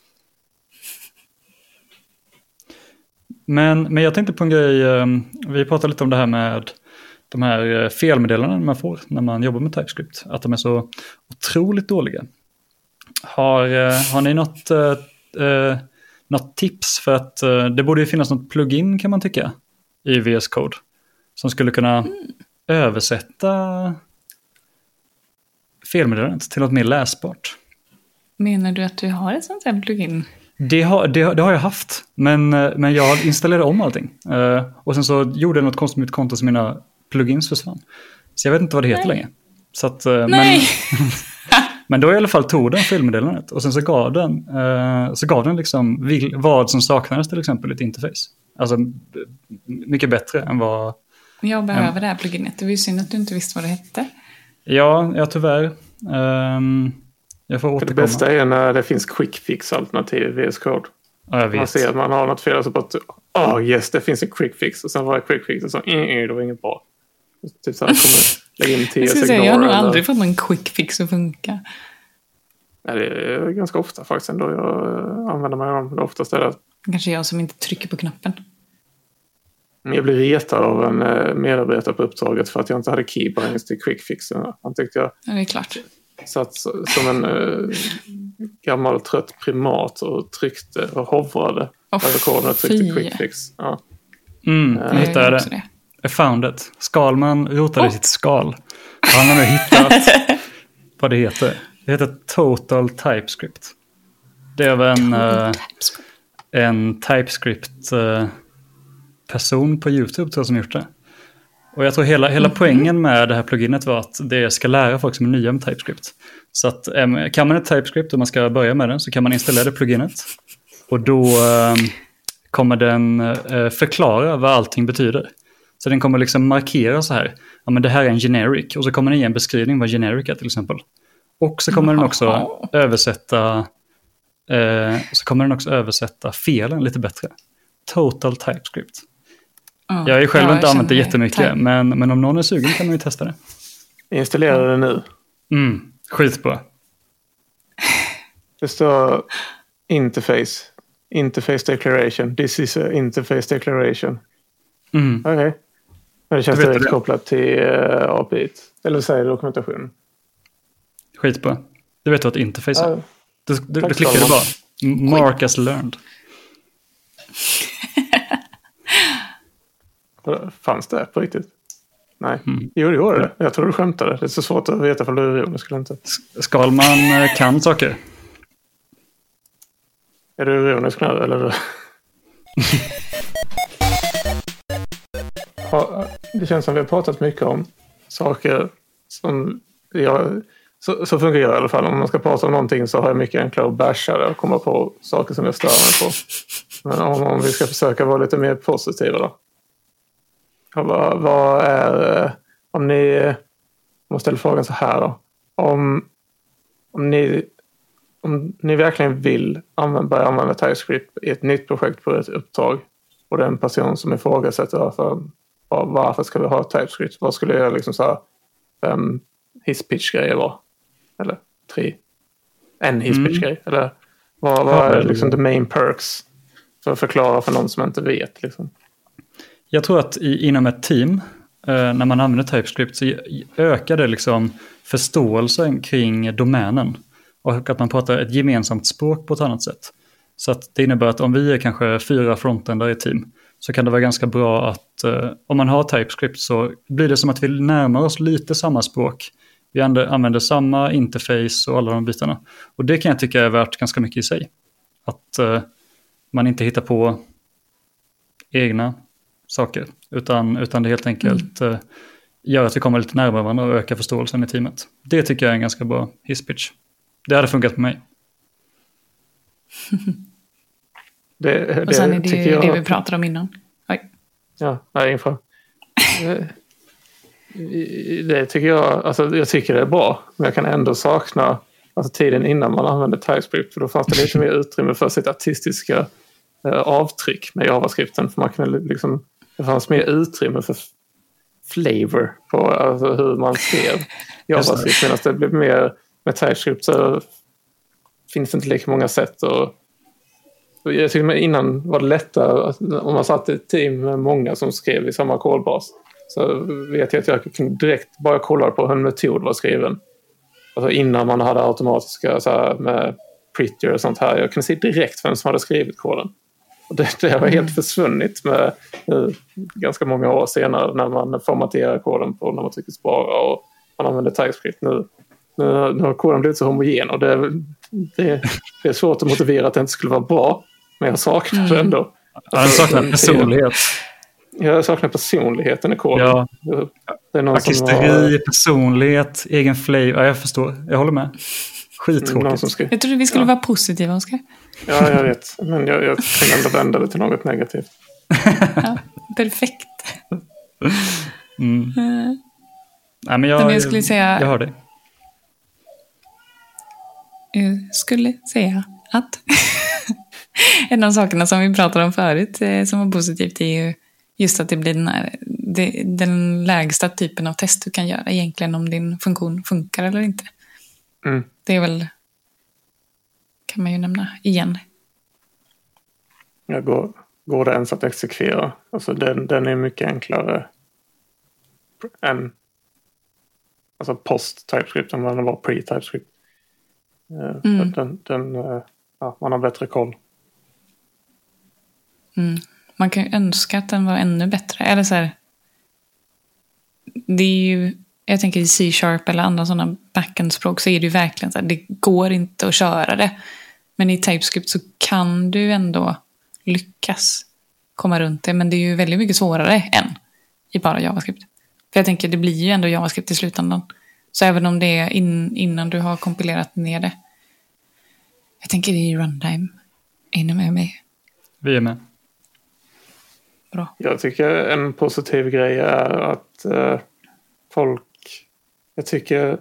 Men jag tänkte på en grej. Vi pratade lite om det här med de här felmeddelandena man får när man jobbar med TypeScript. Att de är så otroligt dåliga. Har ni något tips? För att det borde ju finnas något plugin kan man tycka i VS Code. Som skulle kunna översätta felmeddelandet till något mer läsbart. Menar du att du har ett sånt här plugin? Det har jag haft. Men jag installerade om allting. Och sen så gjorde jag något konstigt med mitt konto så mina plugins försvann. Så jag vet inte vad det heter längre. Så att, men då i alla fall tog den felmeddelandet. Och sen så gav den liksom vad som saknades till exempel i ett interface. Alltså mycket bättre än vad... Jag behöver det här pluginet. Det var ju synd att du inte visste vad det hette. Ja tyvärr. Jag får återkomma. Det bästa är när det finns quick fix-alternativ i VS Code. Ja, jag vet. Man ser att man har något fel så bara det finns en quick fix. Och sen var det quick fix och så det var inget bra. Typ så här kommer lägga in TS jag har nog aldrig fått en quick fix att funka. Nej, det är ganska ofta faktiskt ändå jag använder mig av dem. Det oftast är det. Kanske jag som inte trycker på knappen. Jag blev retad av en medarbetare på uppdraget för att jag inte hade keybinds till quickfixen. Han tyckte jag det är klart. satt som en gammal trött primat och tryckte och hovrade över koden och tryckte quickfix. Ja. Jag hittade det. I found it. Skalman rotade i sitt skal. Han har nu hittat vad det heter. Det heter Total TypeScript. Det är en TypeScript person på YouTube tror jag som gjort det. Och jag tror hela poängen med det här pluginet var att det ska lära folk som är nya med TypeScript. Så att kan man ett TypeScript och man ska börja med den så kan man installera det pluginet. Och då kommer den förklara vad allting betyder. Så den kommer liksom markera så här. Ja men det här är en generic. Och så kommer den ge en beskrivning vad generic är till exempel. Och så kommer den också översätta felen lite bättre. Total TypeScript. Jag har ju själv inte använt det jättemycket. Men om någon är sugen kan man ju testa det. Installera det nu. Skitbra. Det står interface declaration. This is a interface declaration. Okej. Men det känns direkt kopplat till API. Eller säger dokumentation. Skitbra. Du vet vad ett interface är. Du klickar det bara. Mark as learned. Fanns det på riktigt? Nej. Jo, det gjorde det. Jag tror du skämtade. Det är så svårt att veta för du är ironisk eller inte. Skalman kan saker. Är du ironisk nu eller? Det känns som vi har pratat mycket om saker som så funkar jag i alla fall. Om man ska prata om någonting så har jag mycket enklare att basha det och komma på saker som jag stör mig på. Men om vi ska försöka vara lite mer positiva då. Vad är om man ställer frågan så här då. Om ni verkligen vill börja använda TypeScript i ett nytt projekt på ett uppdrag och den person som ifrågasätter varför ska vi ha TypeScript? Vad skulle jag liksom så här hisspitch-grejer vara? Eller 3? En hisspitch-grej? Eller vad är liksom the main perks? För att förklara för någon som inte vet liksom. Jag tror att inom ett team, när man använder TypeScript så ökar det liksom förståelsen kring domänen. Och att man pratar ett gemensamt språk på ett annat sätt. Så att det innebär att om vi är kanske 4 frontender i team så kan det vara ganska bra att om man har TypeScript så blir det som att vi närmar oss lite samma språk. Vi använder samma interface och alla de bitarna. Och det kan jag tycka är värt ganska mycket i sig. Att man inte hittar på egna saker, utan det helt enkelt gör att vi kommer lite närmare varandra och ökar förståelsen i teamet. Det tycker jag är en ganska bra hisspitch. Det hade funkat på mig. Och sen är det ju det vi pratade om innan. Oj. Ja, nej, inför. Det tycker jag, alltså jag tycker det är bra, men jag kan ändå sakna alltså tiden innan man använde TypeScript, för då fanns det lite mer utrymme för sitt artistiska avtryck med JavaScripten, för man kunde liksom, det fanns mer utrymme för flavor på alltså hur man skrev JavaScript, medan det blev mer med TypeScript så finns det inte lika många sätt. Och jag tycker innan var det lättare om man satt ett team med många som skrev i samma kodbas, så vet jag att jag kunde direkt bara kolla på hur en metod var skriven. Alltså innan man hade automatiska så här, med prettier och sånt här. Jag kunde se direkt vem som hade skrivit koden. Och det har helt försvunnit med ganska många år senare när man formaterar koden på när man trycker spara och man använder TypeScript. Nu har koden blivit så homogen och det är svårt att motivera att det inte skulle vara bra, men jag saknar det ändå. Jag saknar personlighet. Jag saknar personligheten i koden. Ja. Det är någon artisteri, personlighet, egen flavor. Ja, jag förstår. Jag håller med. Skittråkigt. Jag trodde vi skulle vara positiva, Oskar. Ja, jag vet. Men jag kan ändå vända det till något negativt. Ja, perfekt. Nej, men jag skulle säga... Jag hör dig. Jag skulle säga att en av sakerna som vi pratade om förut som var positivt är ju just att det blir den lägsta typen av test du kan göra egentligen om din funktion funkar eller inte. Det är väl, kan man ju nämna igen. Går det ens att exekvera? Alltså den är mycket enklare än alltså post-TypeScript än vad den var pre-TypeScript. Man har bättre koll. Man kan ju önska att den var ännu bättre. Eller så här, det är ju, jag tänker i C# eller andra sådana backend-språk så är det ju verkligen så här, det går inte att köra det. Men i TypeScript så kan du ändå lyckas komma runt det. Men det är ju väldigt mycket svårare än i bara JavaScript. För jag tänker, det blir ju ändå JavaScript i slutändan. Så även om det är innan du har kompilerat ner det. Jag tänker det är i runtime. Är ni med mig? Vi är med. Bra. Jag tycker en positiv grej är att jag tycker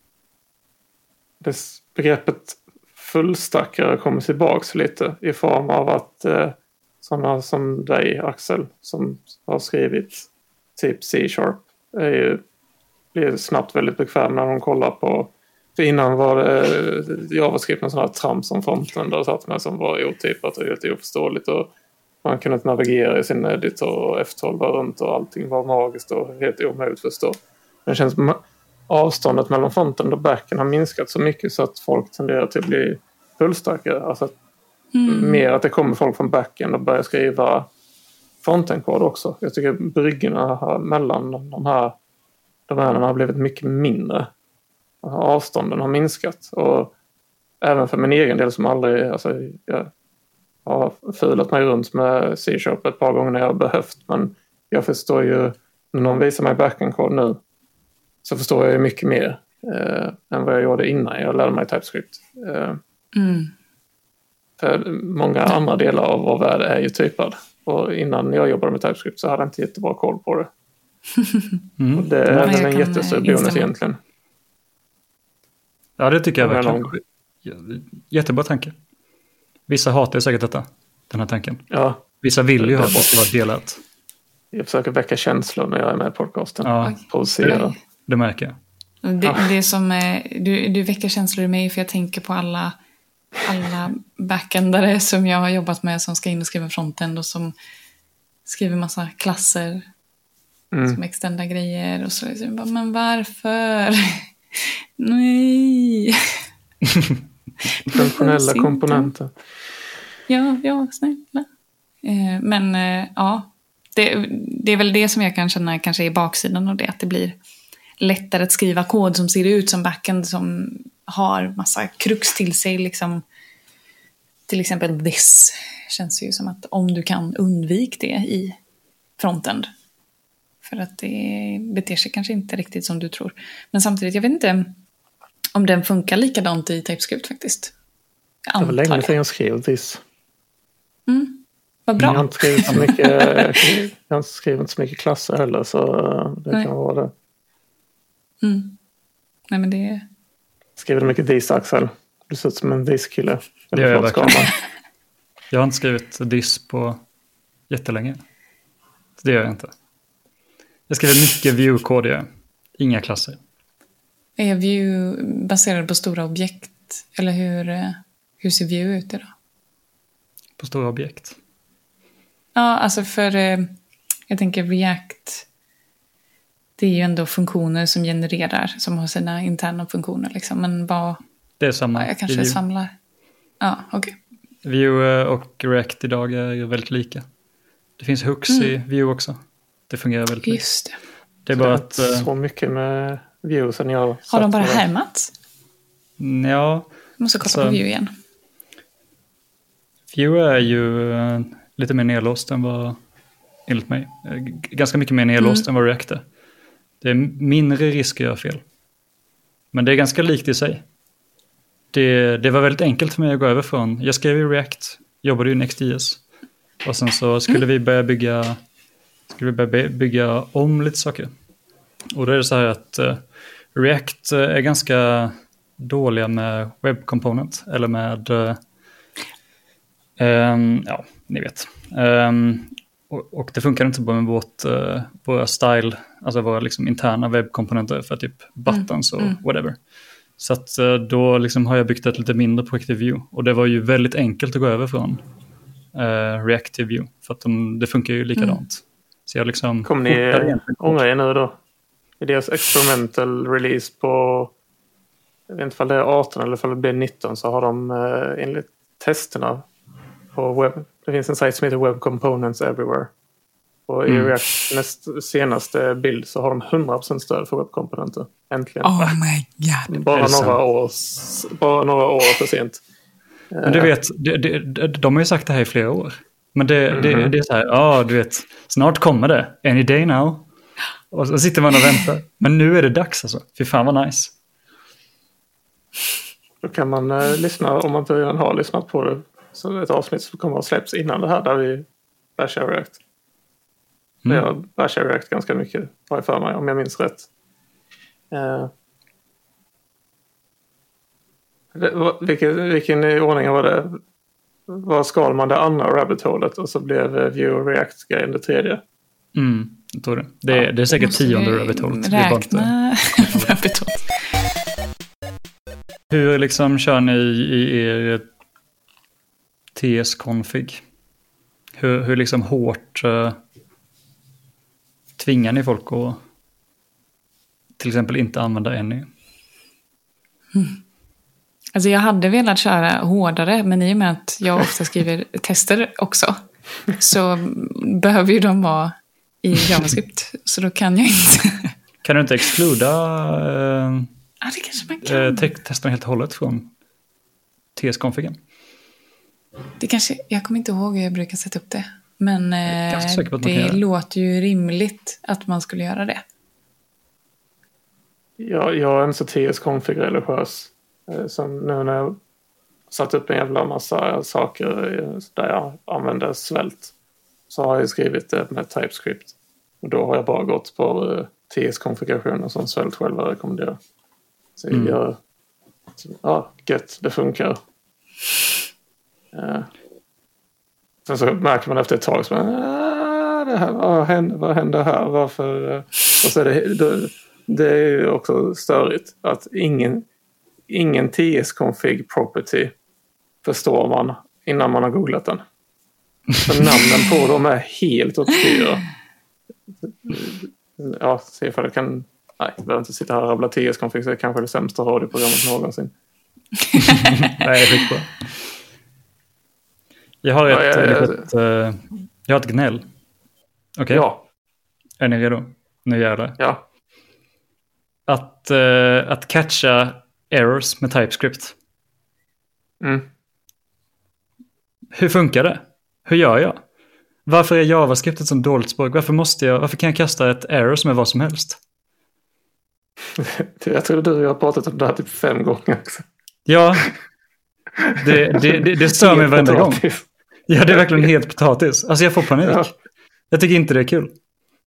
begreppet fullstackare kommer tillbaka lite i form av att sådana som dig, Axel, som har skrivit typ C# blir snabbt väldigt bekväm när de kollar på. För innan var det JavaScript med sådana här trams som fronten där satt med som var otypat och helt oförståeligt och man kunde inte navigera i sin editor och F12 var runt och allting var magiskt och helt omöjligt att förstå. Men det känns som avståndet mellan fronten och backen har minskat så mycket så att folk tenderar till att bli fullstarkare. Alltså mer att det kommer folk från backen och börjar skriva frontenkod också. Jag tycker bryggorna mellan de här domänerna har blivit mycket mindre. Avstånden har minskat och även för min egen del som aldrig jag har filat mig runt med C# ett par gånger när jag har behövt, men jag förstår ju när någon visar mig backend-kod nu så förstår jag ju mycket mer än vad jag gjorde innan jag lärde mig TypeScript. För många andra delar av vår värld är ju typad och innan jag jobbade med TypeScript så hade jag inte jättebra koll på det. Och det är en jättestor bonus egentligen. Ja, det tycker jag verkligen. Jättebra tanke. Vissa hatar säkert den här tanken. Ja. Vissa vill ju ha det ska vara delat. Jag försöker väcka känslor när jag är med i podcasten. Ja, det märker jag. Det som du väcker känslor i mig för jag tänker på alla backendare som jag har jobbat med som ska in och skriva frontend och som skriver massa klasser som extenda grejer och så bara, men varför? Nej. Funktionella komponenter. Ja, snälla. Men ja, det är väl det som jag kan känna kanske är baksidan av det. Att det blir lättare att skriva kod som ser ut som backend som har massa krux till sig liksom. till exempel this känns ju som att om du kan undvika det i frontend. För att det beter sig kanske inte riktigt som du tror. Men samtidigt, jag vet inte om den funkar likadant i TypeScript faktiskt. Det var länge sedan jag skrev this. Vad bra. Jag har inte skrivit så mycket klasser heller, så det kan vara det. Nej, men det... Skriver du mycket this, Axel? Du ser ut som en this-kille. Det gör jag verkligen. Jag har inte skrivit this på jättelänge. Det gör jag inte. Jag skriver mycket view-kod. Inga klasser. Är view baserad på stora objekt? Eller hur ser view ut idag? På stora objekt? Ja, alltså för jag tänker React, det är ju ändå funktioner som genererar, som har sina interna funktioner liksom. Men vad... Det är samma. Ja, jag kanske samlar. Ja, okej. Vue och React idag är väldigt lika. Det finns hooks i Vue också. Det fungerar väldigt lika. Just det. Det är bara att... Så mycket med Vue sen jag... Har de bara härmat? Ja. Jag måste kolla på Vue igen. Vue är ju lite mer nedlåst än vad, enligt mig, ganska mycket mer nedlåst än vad React är. Det är mindre risk att göra fel. Men det är ganska likt i sig. Det var väldigt enkelt för mig att gå över från... Jag skrev i React, jobbade i Next.js. Och sen så skulle vi börja bygga om lite saker. Och då är det så här att React är ganska dåliga med web component. Eller med... ja, ni vet. Och det funkar inte bara med våra style, alltså våra liksom interna webbkomponenter för typ buttons och whatever. Så att då liksom har jag byggt ett lite mindre projekt i Vue. Och det var ju väldigt enkelt att gå över från React till Vue. För att det funkar ju likadant. Så jag liksom... Kommer ni ångra er nu då? I deras experimental release på... Jag vet inte om det är 18 eller om det blir 19, så har de enligt testerna på webb... Det finns en sajt som heter Web Components Everywhere. Och i Reacts senaste bild så har de 100% stöd för webbkomponenter. Äntligen. Oh my god. Bara några år för sent. Men du vet, de har ju sagt det här i flera år. Men det är så här, du vet, snart kommer det. Any day now. Och så sitter man och väntar. Men nu är det dags alltså. Fy fan vad nice. Då kan man lyssna, om man inte redan har lyssnat på det. Så det är ett avsnitt som kommer att släppas innan det här, där vi bashar React. Jag bashar React ganska mycket, har jag för mig, om jag minns rätt. Vilken ordning var det? Var skal man det andra rabbit-hålet och så blev Vue och React-grejen det tredje? Jag tror det. Det är säkert 10:e rabbit-hålet. Räkna rabbit-hålet. Hur liksom kör ni i er TS-config? Hur liksom hårt tvingar ni folk att till exempel inte använda any? Alltså jag hade velat köra hårdare, men i och med att jag ofta skriver tester också så behöver ju de vara i JavaScript, så då kan jag inte. Kan du inte excluda det kanske man kan. Testen helt och hållet från TS-configen? Det kanske, jag kommer inte ihåg hur jag brukar sätta upp det. Men det låter ju rimligt att man skulle göra det. Ja, jag är en så TS-config religiös. Som nu när jag satt upp en jävla massa saker där jag använder svält, så har jag skrivit det med TypeScript. Och då har jag bara gått på TS-konfigurationer som svält själva rekommenderar. Så gött, det funkar. Sen så märker man efter ett tag det här, vad händer här? Varför? Och så är det är ju också störigt att ingen TS-config property förstår man innan man har googlat den. Så namnen på dem är helt obskyra. Ja, se ifall det kan... Nej, jag behöver inte sitta här och rabbla TS-config, så det är kanske det sämsta radioprogrammet någonsin. Nej, skitbra. Jag har jag har ett gnäll. Okej. Ja. Är ni redo? Nu gör det. Ja. Att catcha errors med TypeScript. hur funkar det? Hur gör jag? Varför är JavaScript ett sånt dåligt språk? Varför kan jag kasta ett error som är vad som helst? Jag tror du har pratat om det här typ 5 gånger också. Ja, det stör mig varenda gång. Ja, det är verkligen helt potatis. Alltså jag får panik. Ja. Jag tycker inte det är kul.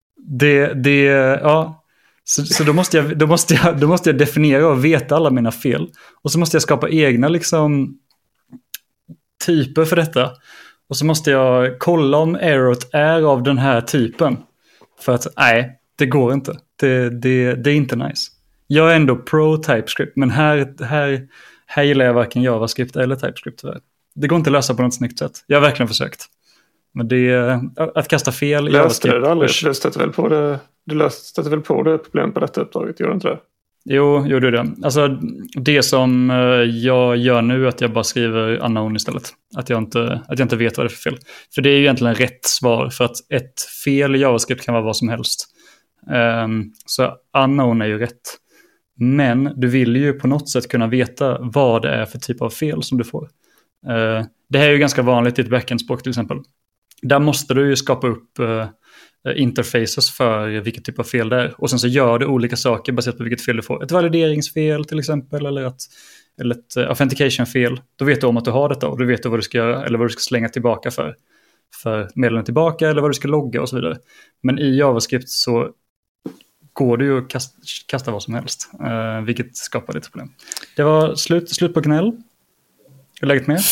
Ja. Så då måste jag definiera och veta alla mina fel. Och så måste jag skapa egna liksom typer för detta. Och så måste jag kolla om errorot är av den här typen. För att nej, det går inte. Det är inte nice. Jag är ändå pro TypeScript, men här gillar jag varken JavaScript eller TypeScript tyvärr. Det går inte att lösa på något snyggt sätt. Jag har verkligen försökt. Men att kasta fel i JavaScript. Du stötte väl på det problemet på detta uppdraget, gjorde du inte det? Jo, det är det. Alltså det som jag gör nu är att jag bara skriver unknown istället. Att jag inte vet vad det är för fel. För det är ju egentligen rätt svar, för att ett fel i JavaScript kan vara vad som helst. Så unknown är ju rätt. Men du vill ju på något sätt kunna veta vad det är för typ av fel som du får. Det här är ju ganska vanligt i ett backend-språk till exempel. Där måste du ju skapa upp interfaces för vilket typ av fel det är. Och sen så gör du olika saker baserat på vilket fel du får. Ett valideringsfel till exempel, eller ett authentication-fel. Då vet du om att du har detta och du vet vad du ska göra eller vad du ska slänga tillbaka för meddelandet tillbaka eller vad du ska logga och så vidare. Men i JavaScript så går det ju att kasta vad som helst, vilket skapar lite problem. Det var slut på gnäll. Hur är läget med?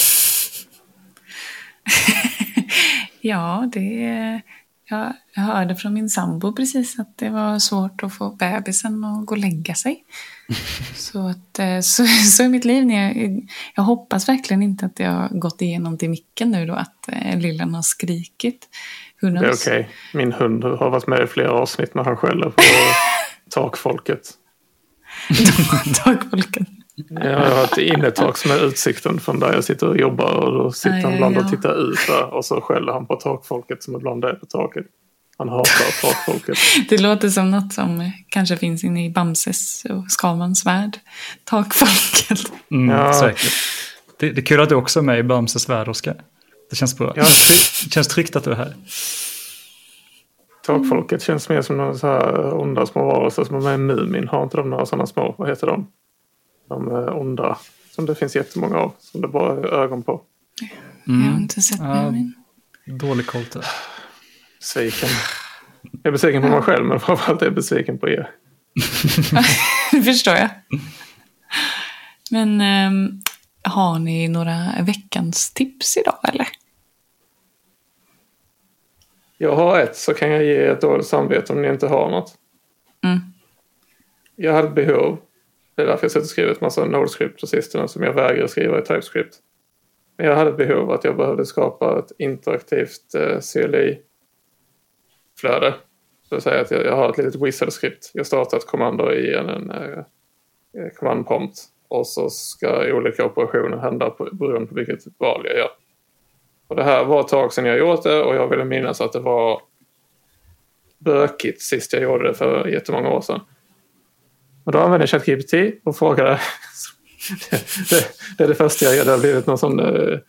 Ja, jag hörde från min sambo precis att det var svårt att få bebisen att gå och lägga sig. Så är mitt liv. Jag hoppas verkligen inte att jag har gått igenom till micken nu då, att lillan har skrikit. Det är okej. Min hund har varit med i flera avsnitt när han skäller på takfolket. Takfolket? Jag har ett innetak som är utsikten från där jag sitter och jobbar, och då sitter han ibland och tittar ut där, och så skäller han på takfolket som ibland är på taket. Han hatar takfolket. Det låter som något som kanske finns inne i Bamses och Skalmans värld. Takfolket. Säkert. Det är kul att du också är med i Bamses värld, Oskar. Det känns bra. Det känns tryggt att du är här. Takfolket känns mer som några så här onda små varelser som är med i Mumin. Har inte de några sådana små? Vad heter de? De onda. Som det finns jättemånga av. Som det bara är ögon på. Jag har inte sett Mumin. Dålig koll till. Besviken. Jag är besviken på mig själv, men framförallt är jag besviken på er. Det förstår jag. Men har ni några veckans tips idag, eller? Jag har ett, så kan jag ge ett dåligt samvete om ni inte har något. Jag hade behov. Det är därför jag skrivit ett massa Node-script på sistone som jag vägrar skriva i TypeScript. Men jag hade behov att jag behövde skapa ett interaktivt CLI-flöde. Så att säga att jag har ett litet wizard-script. Jag startar ett kommando i en command-prompt. Och så ska olika operationer hända beroende på vilket val jag gör. Och det här var ett tag sedan jag gjort det, och jag ville minnas att det var bökigt sist jag gjorde det för jättemånga år sedan. Och då använde jag ChatGPT och frågade det är det första jag gör. Det har blivit någon sån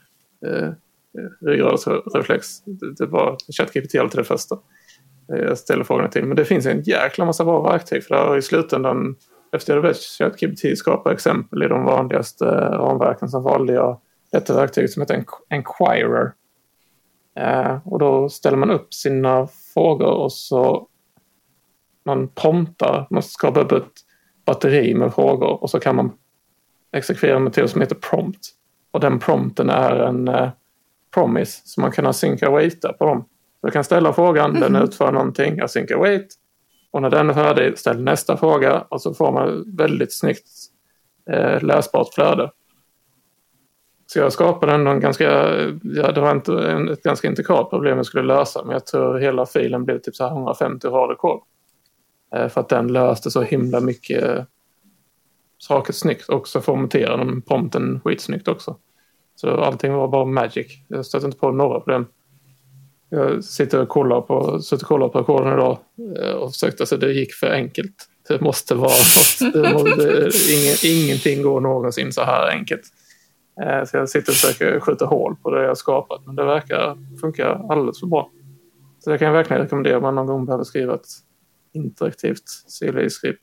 ryggradsreflex. Det var ChatGPT alltid det första jag ställer frågorna till. Men det finns en jäkla massa bra verktyg, för där i slutändan, efter jag hade bett ChatGPT skapa exempel i de vanligaste ramverken, så valde jag ett verktyg som heter Enquirer. Och då ställer man upp sina frågor, och så man promptar, man skapar upp ett batteri med frågor, och så kan man exekvera en metod som heter prompt. Och den prompten är en promise, så man kan async awaita på dem. Så jag kan ställa frågan, den utför någonting, async await, och när den är färdig ställer nästa fråga, och så får man väldigt snyggt läsbart flöde. Så jag skapade ändå det var ett ganska intrikat problem jag skulle lösa, men jag tror hela filen blev typ så här 150 rader kod. För att den löste så himla mycket saker snyggt, och så formaterade den prompten skitsnyggt också. Så allting var bara magic. Jag stötte inte på några problem. Jag sitter och kollar på koden idag och försökte, så det gick för enkelt. Det måste vara ingenting går någonsin så här enkelt. Så jag sitter och försöker skjuta hål på det jag har skapat. Men det verkar funka alldeles för bra. Så det kan jag verkligen rekommendera om man någon gång behöver skriva ett interaktivt CLI-skript.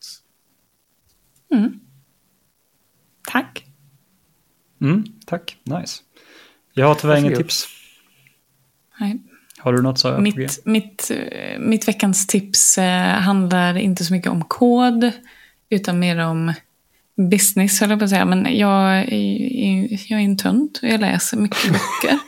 Tack. Tack, nice. Jag har tyvärr inget tips. Nej. Har du något så? Mitt veckans tips handlar inte så mycket om kod utan mer om business, höll jag på att säga. Men jag är en tönt och jag läser mycket böcker.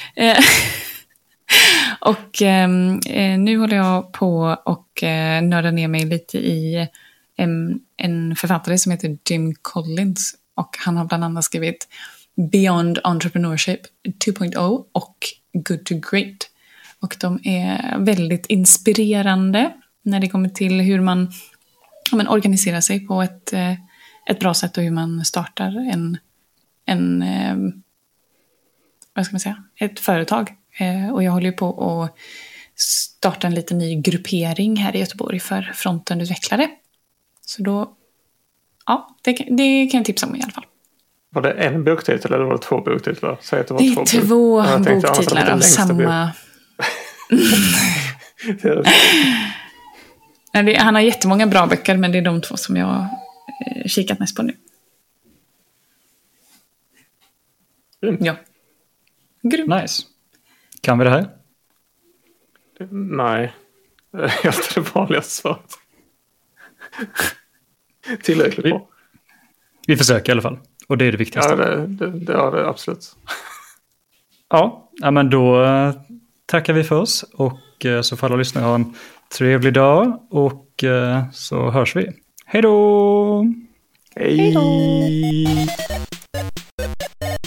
Och nu håller jag på och nördar ner mig lite i en författare som heter Jim Collins. Och han har bland annat skrivit Beyond Entrepreneurship 2.0 och Good to Great. Och de är väldigt inspirerande när det kommer till hur man organiserar sig på ett bra sätt och hur man startar vad ska man säga, ett företag. Och jag håller ju på att starta en liten ny gruppering här i Göteborg för frontendutvecklare. Så då, ja, det kan jag tipsa om i alla fall. Var det en boktitel eller var det 2 boktitlar? Säg att det var det är 2 boktitlar av samma... Han har jättemånga bra böcker, men det är de 2 som jag kikat mest på nu. Ja. Grymt. Nice. Kan vi det här? Nej. Det är helt det vanligaste svaret. Tillräckligt bra. Vi försöker i alla fall. Och det är det viktigaste. Ja, det är det absolut. Ja, men då tackar vi för oss. Och så får alla lyssnare ha en trevlig dag. Och så hörs vi. Hej då! Hej!